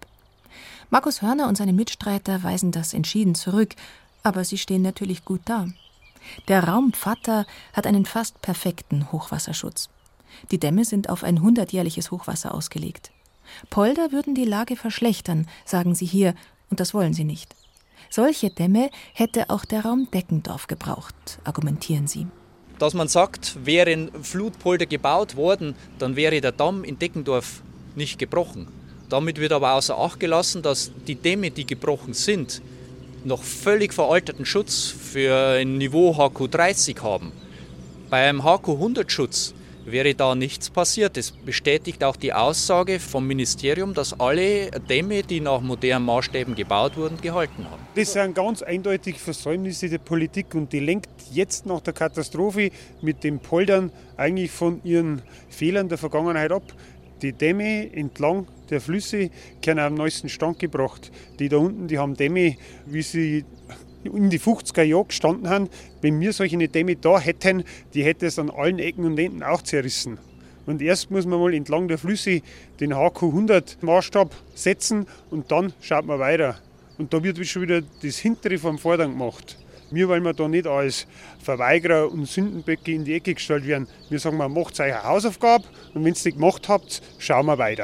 Markus Hörner und seine Mitstreiter weisen das entschieden zurück, aber sie stehen natürlich gut da. Der Raum Pfatter hat einen fast perfekten Hochwasserschutz. Die Dämme sind auf ein 100-jährliches Hochwasser ausgelegt. Polder würden die Lage verschlechtern, sagen sie hier, und das wollen sie nicht. Solche Dämme hätte auch der Raum Deckendorf gebraucht, argumentieren sie. Dass man sagt, wäre ein Flutpolder gebaut worden, dann wäre der Damm in Deckendorf nicht gebrochen. Damit wird aber außer Acht gelassen, dass die Dämme, die gebrochen sind, noch völlig veralterten Schutz für ein Niveau HQ30 haben. Bei einem HQ100-Schutz wäre da nichts passiert. Das bestätigt auch die Aussage vom Ministerium, dass alle Dämme, die nach modernen Maßstäben gebaut wurden, gehalten haben. Das sind ganz eindeutig Versäumnisse der Politik und die lenkt jetzt nach der Katastrophe mit den Poldern eigentlich von ihren Fehlern der Vergangenheit ab. Die Dämme entlang der Flüsse werden am neuesten Stand gebracht. Die da unten, die haben Dämme, wie sie in die 50er Jahren gestanden haben. Wenn wir solche Dämme da hätten, die hätte es an allen Ecken und Enden auch zerrissen. Und erst muss man mal entlang der Flüsse den HQ100-Maßstab setzen und dann schaut man weiter. Und da wird schon wieder das Hintere vom Vorderen gemacht. Wir wollen da nicht als Verweigerer und Sündenböcke in die Ecke gestellt werden. Wir sagen, man macht eure Hausaufgabe und wenn ihr die gemacht habt, schauen wir weiter.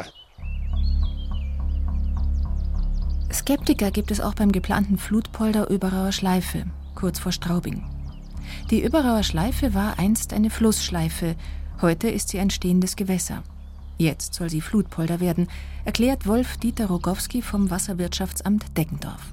Skeptiker gibt es auch beim geplanten Flutpolder Öberauer Schleife, kurz vor Straubing. Die Öberauer Schleife war einst eine Flussschleife, heute ist sie ein stehendes Gewässer. Jetzt soll sie Flutpolder werden, erklärt Wolf-Dieter Rogowski vom Wasserwirtschaftsamt Deckendorf.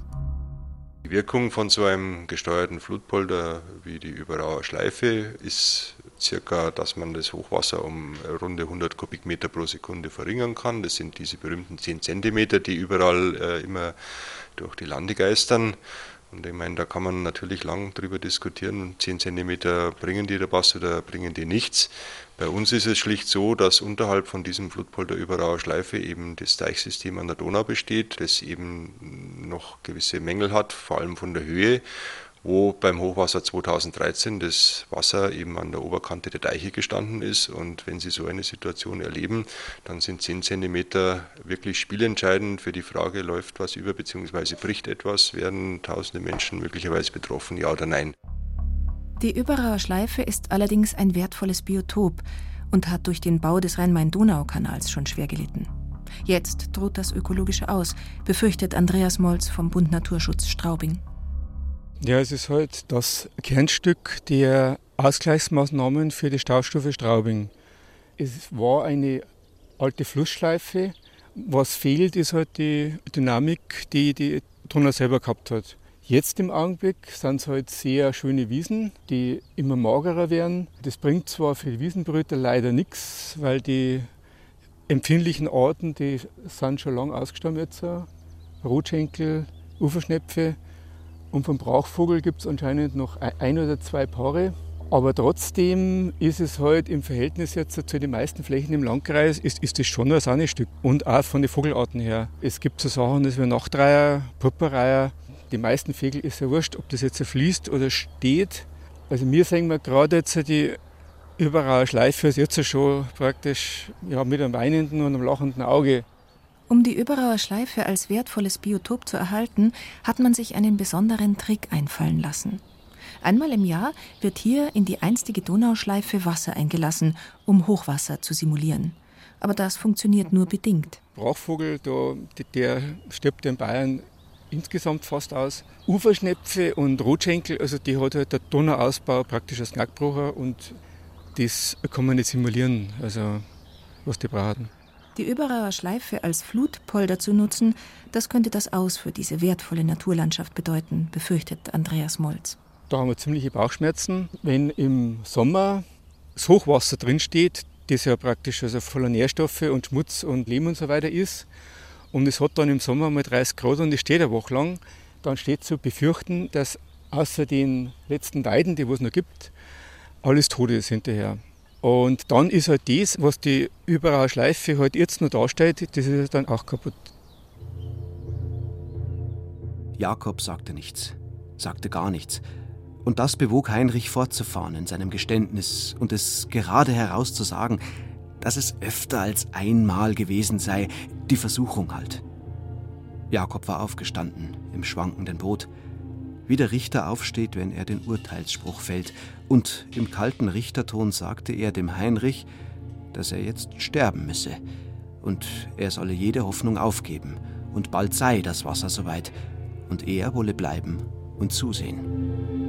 Die Wirkung von so einem gesteuerten Flutpolder wie die Öberauer Schleife ist circa, dass man das Hochwasser um runde 100 Kubikmeter pro Sekunde verringern kann. Das sind diese berühmten 10 Zentimeter, die überall immer durch die Lande geistern. Und ich meine, da kann man natürlich lang drüber diskutieren, 10 Zentimeter bringen die da was oder bringen die nichts. Bei uns ist es schlicht so, dass unterhalb von diesem Flutpolder Öberauer Schleife eben das Deichsystem an der Donau besteht, das eben noch gewisse Mängel hat, vor allem von der Höhe, wo beim Hochwasser 2013 das Wasser eben an der Oberkante der Deiche gestanden ist. Und wenn Sie so eine Situation erleben, dann sind 10 Zentimeter wirklich spielentscheidend für die Frage, läuft was über bzw. bricht etwas, werden tausende Menschen möglicherweise betroffen, ja oder nein. Die Öberauer Schleife ist allerdings ein wertvolles Biotop und hat durch den Bau des Rhein-Main-Donau-Kanals schon schwer gelitten. Jetzt droht das Ökologische aus, befürchtet Andreas Molz vom Bund Naturschutz Straubing. Ja, es ist halt das Kernstück der Ausgleichsmaßnahmen für die Staustufe Straubing. Es war eine alte Flussschleife. Was fehlt, ist halt die Dynamik, die die Donau selber gehabt hat. Jetzt im Augenblick sind es halt sehr schöne Wiesen, die immer magerer werden. Das bringt zwar für die Wiesenbrüter leider nichts, weil die empfindlichen Arten, die sind schon lange ausgestorben jetzt. Rotschenkel, Uferschnepfe. Und vom Brachvogel gibt es anscheinend noch 1 oder 2 Paare. Aber trotzdem ist es halt im Verhältnis jetzt zu den meisten Flächen im Landkreis, ist das schon ein Sahnestück. Und auch von den Vogelarten her. Es gibt so Sachen wie Nachtreiher, Purpurreiher. Die meisten Vögel ist ja wurscht, ob das jetzt fließt oder steht. Also wir sehen gerade jetzt die Öberauer Schleife ist jetzt schon praktisch mit einem weinenden und einem lachenden Auge. Um die Öberauer Schleife als wertvolles Biotop zu erhalten, hat man sich einen besonderen Trick einfallen lassen. Einmal im Jahr wird hier in die einstige Donauschleife Wasser eingelassen, um Hochwasser zu simulieren. Aber das funktioniert nur bedingt. Brachvogel, der stirbt in Bayern insgesamt fast aus. Uferschnepfe und Rotschenkel, also die hat halt der Donauausbau praktisch als Knackbrucher und das kann man nicht simulieren, also was die brauchen. Die Öberauer Schleife als Flutpolder zu nutzen, das könnte das Aus für diese wertvolle Naturlandschaft bedeuten, befürchtet Andreas Molz. Da haben wir ziemliche Bauchschmerzen. Wenn im Sommer das Hochwasser drinsteht, das ja praktisch also voller Nährstoffe und Schmutz und Lehm und so weiter ist, und es hat dann im Sommer mal 30 Grad und es steht eine Woche lang, dann steht zu befürchten, dass außer den letzten Weiden, die es noch gibt, alles tot ist hinterher. Und dann ist halt das, was die Überauer Schleife halt jetzt noch darstellt, das ist dann auch kaputt. Jakob sagte nichts, sagte gar nichts. Und das bewog Heinrich fortzufahren in seinem Geständnis und es gerade herauszusagen, dass es öfter als einmal gewesen sei, die Versuchung halt. Jakob war aufgestanden im schwankenden Boot, wie der Richter aufsteht, wenn er den Urteilsspruch fällt, und im kalten Richterton sagte er dem Heinrich, dass er jetzt sterben müsse und er solle jede Hoffnung aufgeben und bald sei das Wasser soweit und er wolle bleiben und zusehen.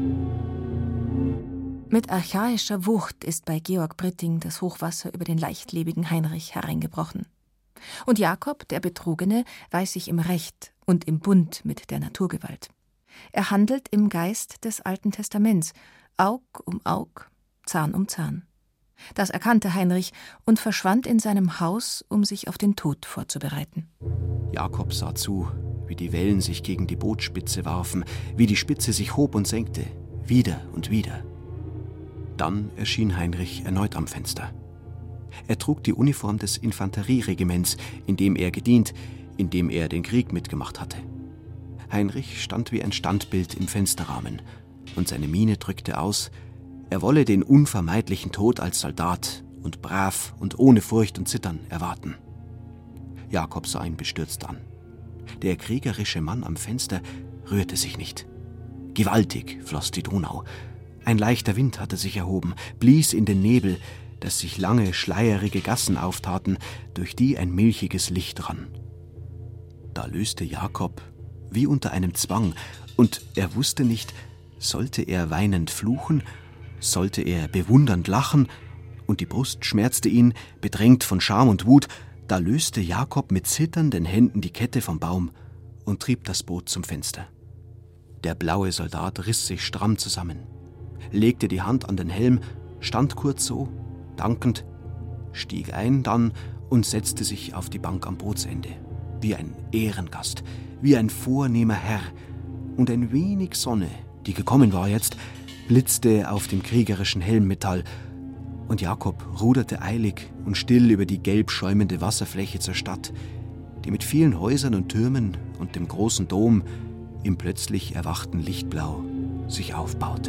Mit archaischer Wucht ist bei Georg Britting das Hochwasser über den leichtlebigen Heinrich hereingebrochen. Und Jakob, der Betrogene, weiß sich im Recht und im Bund mit der Naturgewalt. Er handelt im Geist des Alten Testaments, Aug um Aug, Zahn um Zahn. Das erkannte Heinrich und verschwand in seinem Haus, um sich auf den Tod vorzubereiten. Jakob sah zu, wie die Wellen sich gegen die Bootsspitze warfen, wie die Spitze sich hob und senkte, wieder und wieder. Dann erschien Heinrich erneut am Fenster. Er trug die Uniform des Infanterieregiments, in dem er gedient, in dem er den Krieg mitgemacht hatte. Heinrich stand wie ein Standbild im Fensterrahmen, und seine Miene drückte aus, er wolle den unvermeidlichen Tod als Soldat und brav und ohne Furcht und Zittern erwarten. Jakob sah ihn bestürzt an. Der kriegerische Mann am Fenster rührte sich nicht. Gewaltig floss die Donau. Ein leichter Wind hatte sich erhoben, blies in den Nebel, dass sich lange, schleierige Gassen auftaten, durch die ein milchiges Licht rann. Da löste Jakob wie unter einem Zwang, und er wusste nicht, sollte er weinend fluchen, sollte er bewundernd lachen, und die Brust schmerzte ihn, bedrängt von Scham und Wut, da löste Jakob mit zitternden Händen die Kette vom Baum und trieb das Boot zum Fenster. Der blaue Soldat riss sich stramm zusammen, legte die Hand an den Helm, stand kurz so, dankend, stieg ein dann und setzte sich auf die Bank am Bootsende, wie ein Ehrengast, wie ein vornehmer Herr, und ein wenig Sonne, die gekommen war jetzt, blitzte auf dem kriegerischen Helmmetall, und Jakob ruderte eilig und still über die gelb schäumende Wasserfläche zur Stadt, die mit vielen Häusern und Türmen und dem großen Dom im plötzlich erwachten Lichtblau sich aufbaute.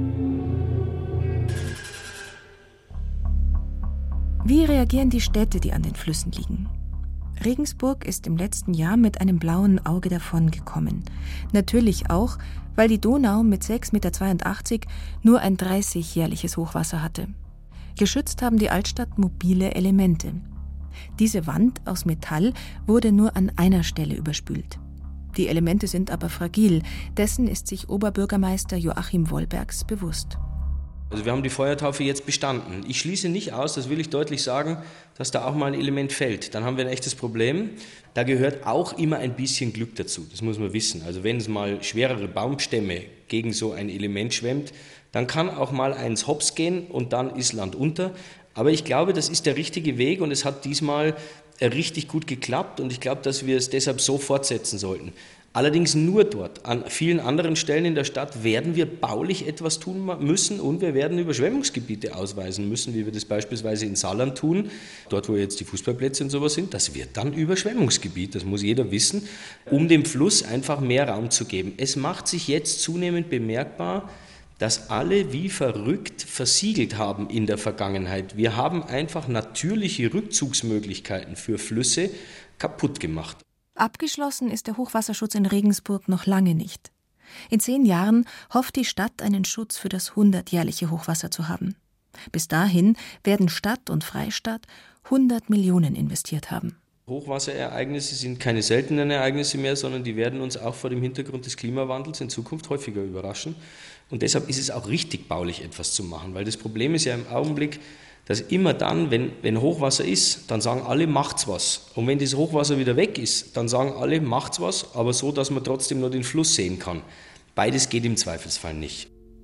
Wie reagieren die Städte, die an den Flüssen liegen? Regensburg ist im letzten Jahr mit einem blauen Auge davongekommen. Natürlich auch, weil die Donau mit 6,82 Meter nur ein 30-jährliches Hochwasser hatte. Geschützt haben die Altstadt mobile Elemente. Diese Wand aus Metall wurde nur an einer Stelle überspült. Die Elemente sind aber fragil, dessen ist sich Oberbürgermeister Joachim Wollbergs bewusst. Also wir haben die Feuertaufe jetzt bestanden. Ich schließe nicht aus, das will ich deutlich sagen, dass da auch mal ein Element fällt. Dann haben wir ein echtes Problem. Da gehört auch immer ein bisschen Glück dazu, das muss man wissen. Also wenn es mal schwerere Baumstämme gegen so ein Element schwemmt, dann kann auch mal eins hops gehen und dann ist Land unter. Aber ich glaube, das ist der richtige Weg und es hat diesmal richtig gut geklappt und ich glaube, dass wir es deshalb so fortsetzen sollten. Allerdings nur dort. An vielen anderen Stellen in der Stadt werden wir baulich etwas tun müssen und wir werden Überschwemmungsgebiete ausweisen müssen, wie wir das beispielsweise in Saarland tun. Dort, wo jetzt die Fußballplätze und sowas sind, das wird dann Überschwemmungsgebiet, das muss jeder wissen, um dem Fluss einfach mehr Raum zu geben. Es macht sich jetzt zunehmend bemerkbar, dass alle wie verrückt versiegelt haben in der Vergangenheit. Wir haben einfach natürliche Rückzugsmöglichkeiten für Flüsse kaputt gemacht. Abgeschlossen ist der Hochwasserschutz in Regensburg noch lange nicht. In 10 Jahren hofft die Stadt, einen Schutz für das 100-jährliche Hochwasser zu haben. Bis dahin werden Stadt und Freistaat 100 Millionen investiert haben. Hochwasserereignisse sind keine seltenen Ereignisse mehr, sondern die werden uns auch vor dem Hintergrund des Klimawandels in Zukunft häufiger überraschen. Und deshalb ist es auch richtig, baulich etwas zu machen, weil das Problem ist ja im Augenblick, dass immer dann, wenn Hochwasser ist, dann sagen alle, macht's was. Und wenn das Hochwasser wieder weg ist, dann sagen alle, macht's was, aber so, dass man trotzdem nur den Fluss sehen kann. Beides geht im Zweifelsfall nicht.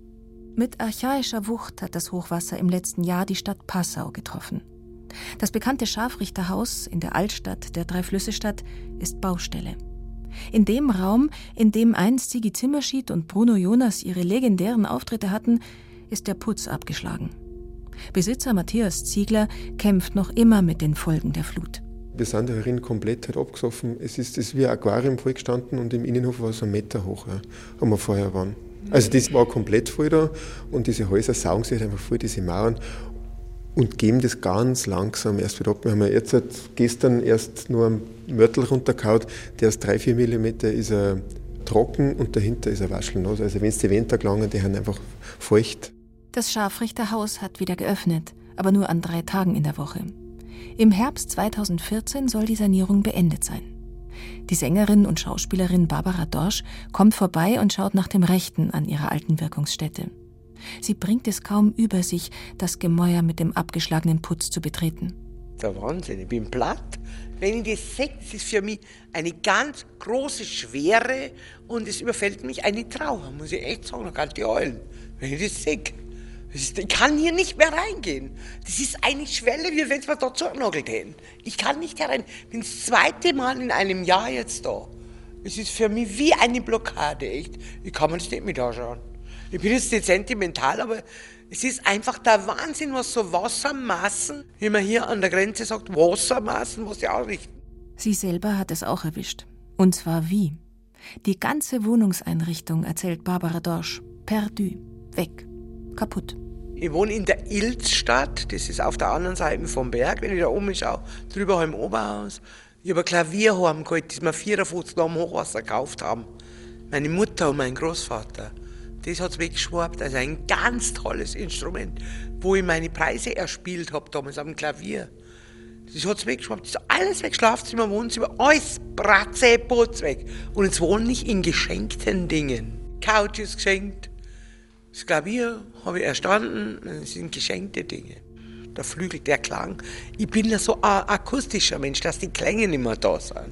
Mit archaischer Wucht hat das Hochwasser im letzten Jahr die Stadt Passau getroffen. Das bekannte Scharfrichterhaus in der Altstadt der Drei-Flüsse-Stadt ist Baustelle. In dem Raum, in dem einst Sigi Zimmerschied und Bruno Jonas ihre legendären Auftritte hatten, ist der Putz abgeschlagen. Besitzer Matthias Ziegler kämpft noch immer mit den Folgen der Flut. Wir sind darin komplett abgesoffen. Es ist wie ein Aquarium voll gestanden und im Innenhof war es 1 Meter hoch, wo wir vorher waren. Also das war komplett voll da und diese Häuser saugen sich einfach voll, diese Mauern, und geben das ganz langsam erst wieder ab. Wir haben ja jetzt gestern erst nur einen Mörtel runtergehauen, der ist 3-4 Millimeter ist er trocken und dahinter ist er waschelnass. Also wenn es die Wände gelangen, die sind einfach feucht. Das Scharfrichterhaus hat wieder geöffnet, aber nur an 3 Tagen in der Woche. Im Herbst 2014 soll die Sanierung beendet sein. Die Sängerin und Schauspielerin Barbara Dorsch kommt vorbei und schaut nach dem Rechten an ihrer alten Wirkungsstätte. Sie bringt es kaum über sich, das Gemäuer mit dem abgeschlagenen Putz zu betreten. Der Wahnsinn, ich bin platt. Wenn ich das sehe, das ist für mich eine ganz große Schwere und es überfällt mich eine Trauer, muss ich echt sagen, da kann ich heulen, wenn ich das sehe. Ich kann hier nicht mehr reingehen. Das ist eine Schwelle, wie wenn es mir da zunagelt hätten. Ich kann nicht herein. Ich bin das 2. Mal in einem Jahr jetzt da. Es ist für mich wie eine Blockade, echt. Ich kann mir das nicht mit anschauen. Ich bin jetzt nicht sentimental, aber es ist einfach der Wahnsinn, was so Wassermassen, wie man hier an der Grenze sagt, Wassermassen, was die ausrichten. Sie selber hat es auch erwischt. Und zwar wie? Die ganze Wohnungseinrichtung, erzählt Barbara Dorsch, perdu, weg, kaputt. Ich wohne in der Ilzstadt, das ist auf der anderen Seite vom Berg, wenn ich da oben schaue, drüber im Oberhaus. Ich habe ein Klavier heimgeholt, das wir 54 nach dem Hochwasser gekauft haben. Meine Mutter und mein Großvater. Das hat es weggeschwappt, also ein ganz tolles Instrument, wo ich meine Preise erspielt habe damals am Klavier. Das hat es weggeschwappt, das ist alles weg, Schlafzimmer, Wohnzimmer, alles Bratze, Putz weg. Und jetzt wohne ich in geschenkten Dingen. Couch ist geschenkt, das Klavier habe ich erstanden, das sind geschenkte Dinge. Der Flügel, der Klang. Ich bin ja so ein akustischer Mensch, dass die Klänge nicht mehr da sind.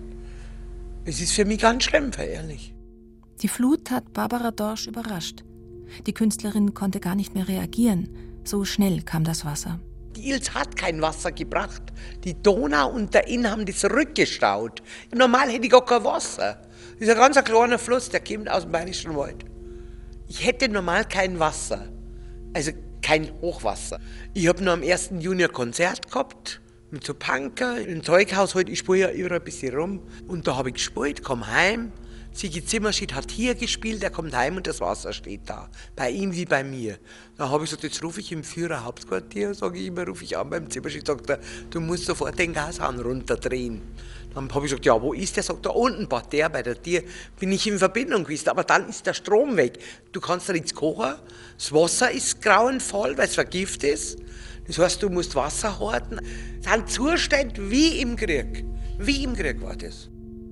Es ist für mich ganz schlimm, ehrlich. Die Flut hat Barbara Dorsch überrascht. Die Künstlerin konnte gar nicht mehr reagieren. So schnell kam das Wasser. Die Ilz hat kein Wasser gebracht. Die Donau und der Inn haben das rückgestaut. Normal hätte ich gar kein Wasser. Das ist ein ganz kleiner Fluss, der kommt aus dem Bayerischen Wald. Ich hätte normal kein Wasser. Also kein Hochwasser. Ich habe noch am 1. Juni ein Konzert gehabt. Mit so Punker. Im Zeughaus halt, ich spiele ja überall ein bisschen rum. Und da habe ich gespielt, komme heim. Sigi Zimmerschied hat hier gespielt, er kommt heim und das Wasser steht da. Bei ihm wie bei mir. Da habe ich gesagt, jetzt rufe ich im Führerhauptquartier, sage ich immer, rufe ich an beim Zimmerschied, sagt er, du musst sofort den Gashahn runterdrehen. Dann habe ich gesagt, ja, wo ist der? Sagt, da unten, der bei der Tür, bin ich in Verbindung gewesen, aber dann ist der Strom weg. Du kannst da nichts kochen, das Wasser ist grauenvoll, weil es vergiftet ist. Das heißt, du musst Wasser horten. Das sind Zustände wie im Krieg. Wie im Krieg war das.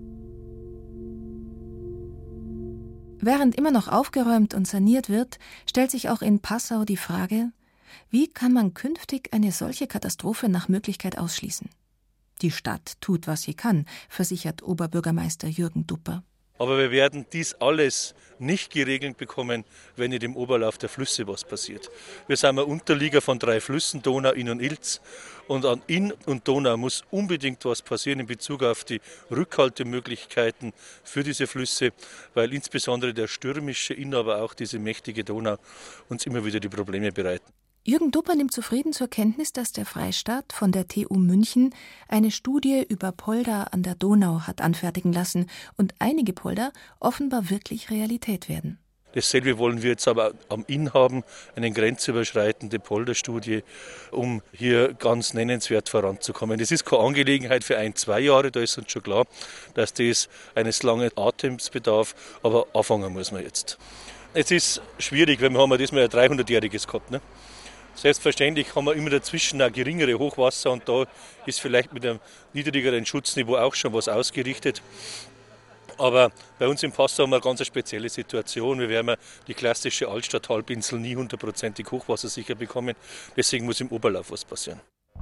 Während immer noch aufgeräumt und saniert wird, stellt sich auch in Passau die Frage, wie kann man künftig eine solche Katastrophe nach Möglichkeit ausschließen? Die Stadt tut, was sie kann, versichert Oberbürgermeister Jürgen Dupper. Aber wir werden dies alles nicht geregelt bekommen, wenn nicht im Oberlauf der Flüsse was passiert. Wir sind ein Unterlieger von 3 Flüssen, Donau, Inn und Ilz. Und an Inn und Donau muss unbedingt was passieren in Bezug auf die Rückhaltemöglichkeiten für diese Flüsse, weil insbesondere der stürmische Inn, aber auch diese mächtige Donau uns immer wieder die Probleme bereiten. Jürgen Dupper nimmt zufrieden zur Kenntnis, dass der Freistaat von der TU München eine Studie über Polder an der Donau hat anfertigen lassen und einige Polder offenbar wirklich Realität werden. Dasselbe wollen wir jetzt aber am Inn haben, eine grenzüberschreitende Polderstudie, um hier ganz nennenswert voranzukommen. Das ist keine Angelegenheit für 1-2 Jahre, da ist uns schon klar, dass das eines langen Atems bedarf, aber anfangen muss man jetzt. Es ist schwierig, weil wir haben das mal ein 300-jähriges gehabt, ne? Selbstverständlich haben wir immer dazwischen auch geringere Hochwasser und da ist vielleicht mit einem niedrigeren Schutzniveau auch schon was ausgerichtet. Aber bei uns im Passau haben wir eine ganz spezielle Situation. Wir werden die klassische Altstadt-Halbinsel nie 100%ig hochwassersicher bekommen. Deswegen muss im Oberlauf was passieren.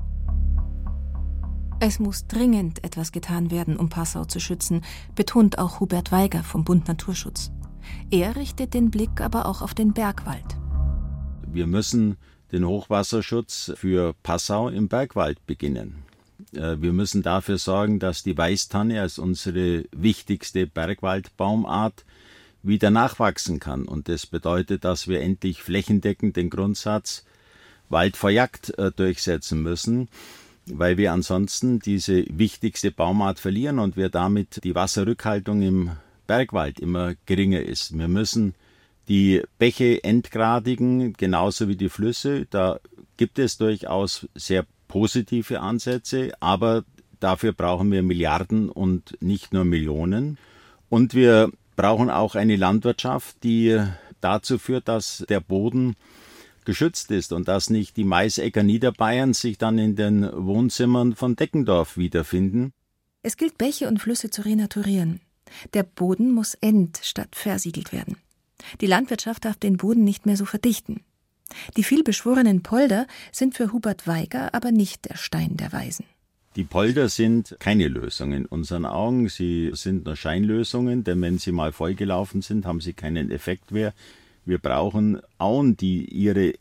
Es muss dringend etwas getan werden, um Passau zu schützen, betont auch Hubert Weiger vom Bund Naturschutz. Er richtet den Blick aber auch auf den Bergwald. Wir müssen den Hochwasserschutz für Passau im Bergwald beginnen. Wir müssen dafür sorgen, dass die Weißtanne als unsere wichtigste Bergwaldbaumart wieder nachwachsen kann. Und das bedeutet, dass wir endlich flächendeckend den Grundsatz Wald vor Jagd durchsetzen müssen, weil wir ansonsten diese wichtigste Baumart verlieren und wir damit die Wasserrückhaltung im Bergwald immer geringer ist. Wir müssen die Bäche entgradigen, genauso wie die Flüsse. Da gibt es durchaus sehr positive Ansätze, aber dafür brauchen wir Milliarden und nicht nur Millionen. Und wir brauchen auch eine Landwirtschaft, die dazu führt, dass der Boden geschützt ist und dass nicht die Maisäcker Niederbayerns sich dann in den Wohnzimmern von Deckendorf wiederfinden. Es gilt, Bäche und Flüsse zu renaturieren. Der Boden muss statt versiegelt werden. Die Landwirtschaft darf den Boden nicht mehr so verdichten. Die vielbeschworenen Polder sind für Hubert Weiger aber nicht der Stein der Weisen. Die Polder sind keine Lösung in unseren Augen. Sie sind nur Scheinlösungen, denn wenn sie mal vollgelaufen sind, haben sie keinen Effekt mehr. Wir brauchen Auen, die ihre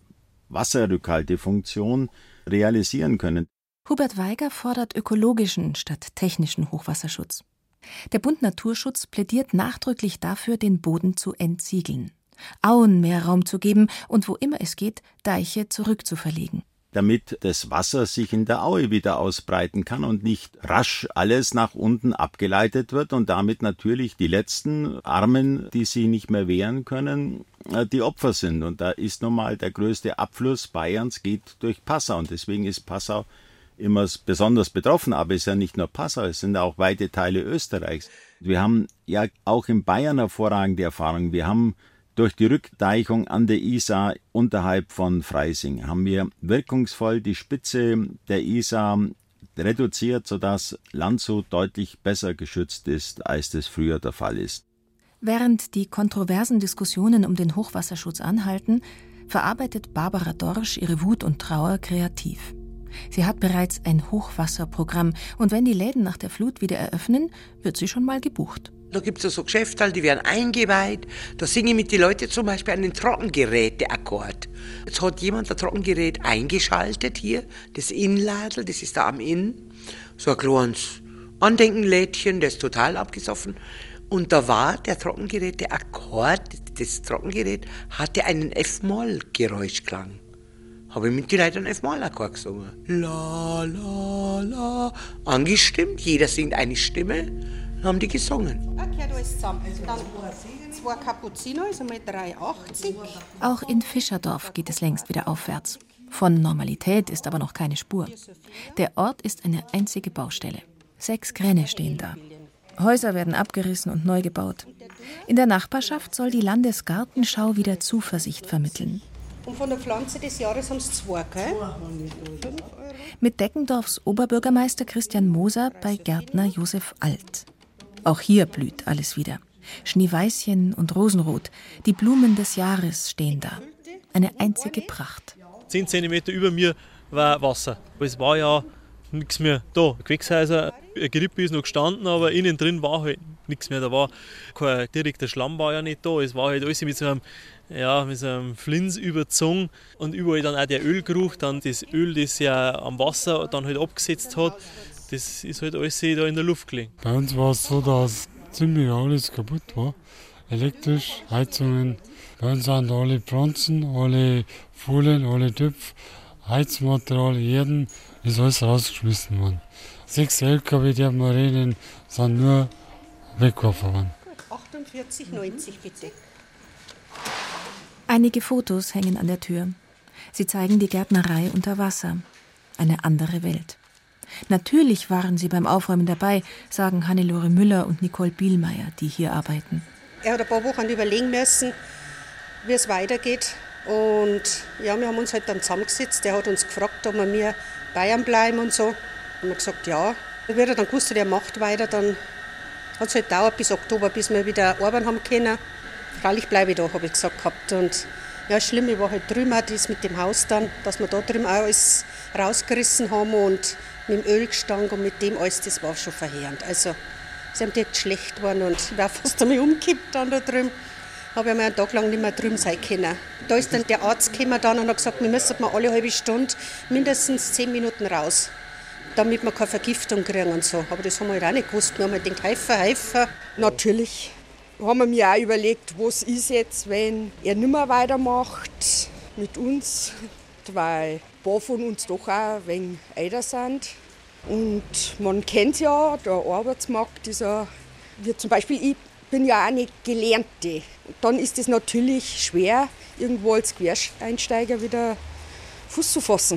Wasserrückhaltefunktion realisieren können. Hubert Weiger fordert ökologischen statt technischen Hochwasserschutz. Der Bund Naturschutz plädiert nachdrücklich dafür, den Boden zu entsiegeln, Auen mehr Raum zu geben und wo immer es geht, Deiche zurückzuverlegen. Damit das Wasser sich in der Aue wieder ausbreiten kann und nicht rasch alles nach unten abgeleitet wird und damit natürlich die letzten Armen, die sich nicht mehr wehren können, die Opfer sind. Und da ist nun mal der größte Abfluss Bayerns geht durch Passau und deswegen ist Passau immer besonders betroffen, aber es ist ja nicht nur Passau, es sind auch weite Teile Österreichs. Wir haben ja auch in Bayern hervorragende Erfahrungen. Wir haben durch die Rückdeichung an der Isar unterhalb von Freising haben wir wirkungsvoll die Spitze der Isar reduziert, sodass Landshut deutlich besser geschützt ist, als das früher der Fall ist. Während die kontroversen Diskussionen um den Hochwasserschutz anhalten, verarbeitet Barbara Dorsch ihre Wut und Trauer kreativ. Sie hat bereits ein Hochwasserprogramm und wenn die Läden nach der Flut wieder eröffnen, wird sie schon mal gebucht. Da gibt es so Geschäfte, die werden eingeweiht. Da singe ich mit den Leuten zum Beispiel einen Trockengeräteakkord. Jetzt hat jemand ein Trockengerät eingeschaltet hier, das Innladel, das ist da am Inn. So ein kleines Andenkenlädchen, das ist total abgesoffen. Und da war der Trockengeräteakkord, das Trockengerät hatte einen F-Moll-Geräuschklang. Habe ich mit den Leuten einen F-Moll-Akkord gesungen. La, la, la. Angestimmt, jeder singt eine Stimme. Haben die gesungen. Okay, da ist zusammen. Dann 2 Cappuccino, also mal 3,80. Auch in Fischerdorf geht es längst wieder aufwärts. Von Normalität ist aber noch keine Spur. Der Ort ist eine einzige Baustelle. 6 Kräne stehen da. Häuser werden abgerissen und neu gebaut. In der Nachbarschaft soll die Landesgartenschau wieder Zuversicht vermitteln. Und von der Pflanze des Jahres haben es 2, gell? Mit Deckendorfs Oberbürgermeister Christian Moser bei Gärtner Josef Alt. Auch hier blüht alles wieder. Schneeweißchen und Rosenrot, die Blumen des Jahres stehen da. Eine einzige Pracht. 10 cm über mir war Wasser. Es war ja nichts mehr da. Gewächshäuser, eine Gerippe ist noch gestanden, aber innen drin war halt nichts mehr. Da war kein direkter Schlamm war ja nicht da. Es war halt alles mit so einem Flins überzogen und überall dann auch der Ölgeruch, dann das Öl, das ja am Wasser dann halt abgesetzt hat. Das ist halt alles da in der Luft gelegen. Bei uns war es so, dass ziemlich alles kaputt war. Elektrisch, Heizungen. Bei uns sind alle Pflanzen, alle Folien, alle Töpfe, Heizmaterial, Erden, ist alles rausgeschmissen worden. 6 LKW, die wir reden, sind nur weggeworfen worden. 48,90 bitte. Einige Fotos hängen an der Tür. Sie zeigen die Gärtnerei unter Wasser. Eine andere Welt. Natürlich waren sie beim Aufräumen dabei, sagen Hannelore Müller und Nicole Bielmeier, die hier arbeiten. Er hat ein paar Wochen überlegen müssen, wie es weitergeht. Und ja, wir haben uns halt dann zusammengesetzt. Der hat uns gefragt, ob wir Bayern bleiben und so. Und wir haben gesagt, ja. Dann wird er dann gewusst, er macht weiter. Dann hat es halt gedauert bis Oktober, bis wir wieder arbeiten haben können. Freilich bleibe ich da, habe ich gesagt gehabt. Und ja, schlimm, ich war halt drüben auch das mit dem Haus dann, dass wir da drüben auch alles rausgerissen haben und mit dem Ölgestank und mit dem alles, das war schon verheerend. Also, sie haben direkt schlecht geworden und ich war fast einmal umgekippt dann da drüben. habe ich mal einen Tag lang nicht mehr drüben sein können. Da ist dann der Arzt gekommen dann und hat gesagt, wir müssen mal alle halbe Stunde mindestens 10 Minuten raus, damit wir keine Vergiftung kriegen und so. Aber das haben wir halt auch nicht gewusst. Wir haben halt gedacht, helfen. Natürlich haben wir mir auch überlegt, was ist jetzt, wenn er nicht mehr weitermacht mit uns, weil ein paar von uns doch auch ein wenig älter sind. Und man kennt ja, der Arbeitsmarkt ist ja, wie zum Beispiel, ich bin ja auch nicht Gelernte. Dann ist es natürlich schwer, irgendwo als Quereinsteiger wieder Fuß zu fassen.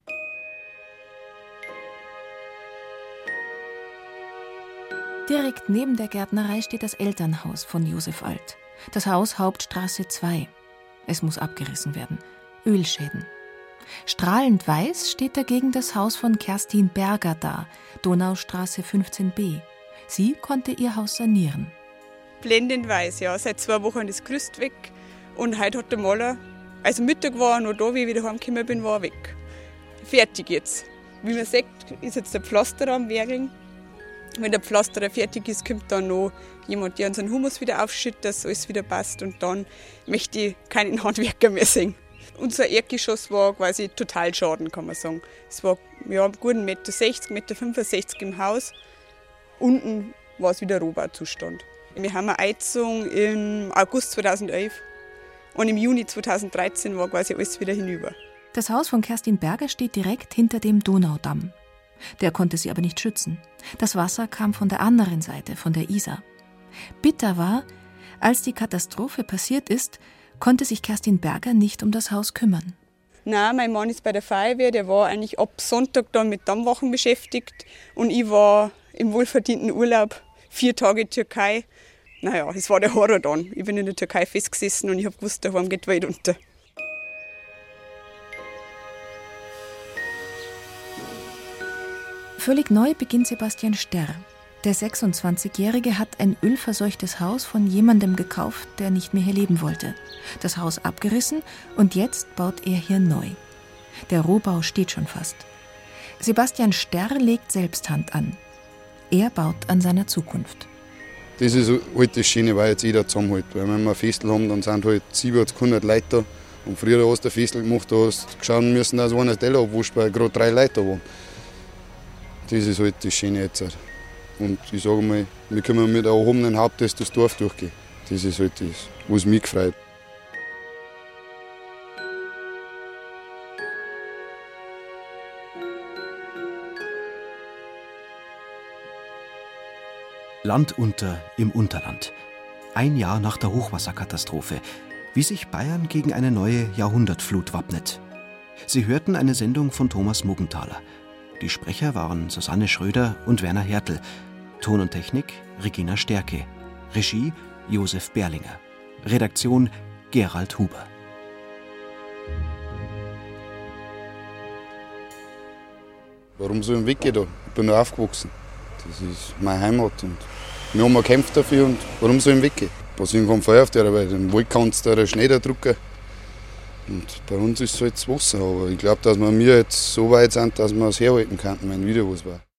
Direkt neben der Gärtnerei steht das Elternhaus von Josef Alt. Das Haus Hauptstraße 2. Es muss abgerissen werden. Ölschäden. Strahlend weiß steht dagegen das Haus von Kerstin Berger da, Donaustraße 15b. Sie konnte ihr Haus sanieren. Blendend weiß, ja. Seit 2 Wochen ist das Gerüst weg. Und heute hat der Maler, also Mittag war er noch da, wie ich wieder heimgekommen bin, war er weg. Fertig jetzt. Wie man sieht, ist jetzt der Pflasterer am Werkeln. Wenn der Pflasterer fertig ist, kommt dann noch jemand, der unseren Humus wieder aufschüttet, dass alles wieder passt. Und dann möchte ich keinen Handwerker mehr sehen. Unser Erdgeschoss war quasi total Schaden, kann man sagen. Es war ja, gut 1,60 Meter, 1,65 Meter im Haus. Unten war es wieder Rohbauzustand. Wir haben eine Heizung im August 2011 und im Juni 2013 war quasi alles wieder hinüber. Das Haus von Kerstin Berger steht direkt hinter dem Donaudamm. Der konnte sie aber nicht schützen. Das Wasser kam von der anderen Seite, von der Isar. Bitter war, als die Katastrophe passiert ist, konnte sich Kerstin Berger nicht um das Haus kümmern. Nein, mein Mann ist bei der Feuerwehr, der war eigentlich ab Sonntag dann mit Dammwachen beschäftigt und ich war im wohlverdienten Urlaub 4 Tage Türkei. Naja, es war der Horror dann. Ich bin in der Türkei festgesessen und ich habe gewusst, daheim geht die Welt unter. Völlig neu beginnt Sebastian Sterr. Der 26-Jährige hat ein ölverseuchtes Haus von jemandem gekauft, der nicht mehr hier leben wollte. Das Haus abgerissen und jetzt baut er hier neu. Der Rohbau steht schon fast. Sebastian Sterr legt selbst Hand an. Er baut an seiner Zukunft. Das ist halt das Schöne, weil jetzt jeder zusammenhält. Weil wenn wir ein Festel haben, dann sind halt 700, 100 Leute da. Und früher hast du ein Festel gemacht, da hast du geschaut müssen, dass einer das Teller abwascht, weil gerade 3 Leute da waren. Das ist halt das Schöne jetzt. Und ich sage mal, wir können mit erhobenen Hauptes das Dorf durchgehen. Das ist halt das, was mich gefreut. Land unter im Unterland. Ein Jahr nach der Hochwasserkatastrophe. Wie sich Bayern gegen eine neue Jahrhundertflut wappnet. Sie hörten eine Sendung von Thomas Muggenthaler. Die Sprecher waren Susanne Schröder und Werner Hertel. Ton und Technik Regina Stärke. Regie Josef Berlinger. Redaktion Gerald Huber. Warum so im Weg da? Ich bin da aufgewachsen. Das ist meine Heimat und wir haben gekämpft dafür und warum so im Weg gehen? Passieren kann Feuer auf der Arbeit, im Wald kannst du Schnee da drücken. Und bei uns ist es halt das Wasser, aber ich glaube, dass wir jetzt so weit sind, dass wir es herhalten könnten, wenn wieder was war.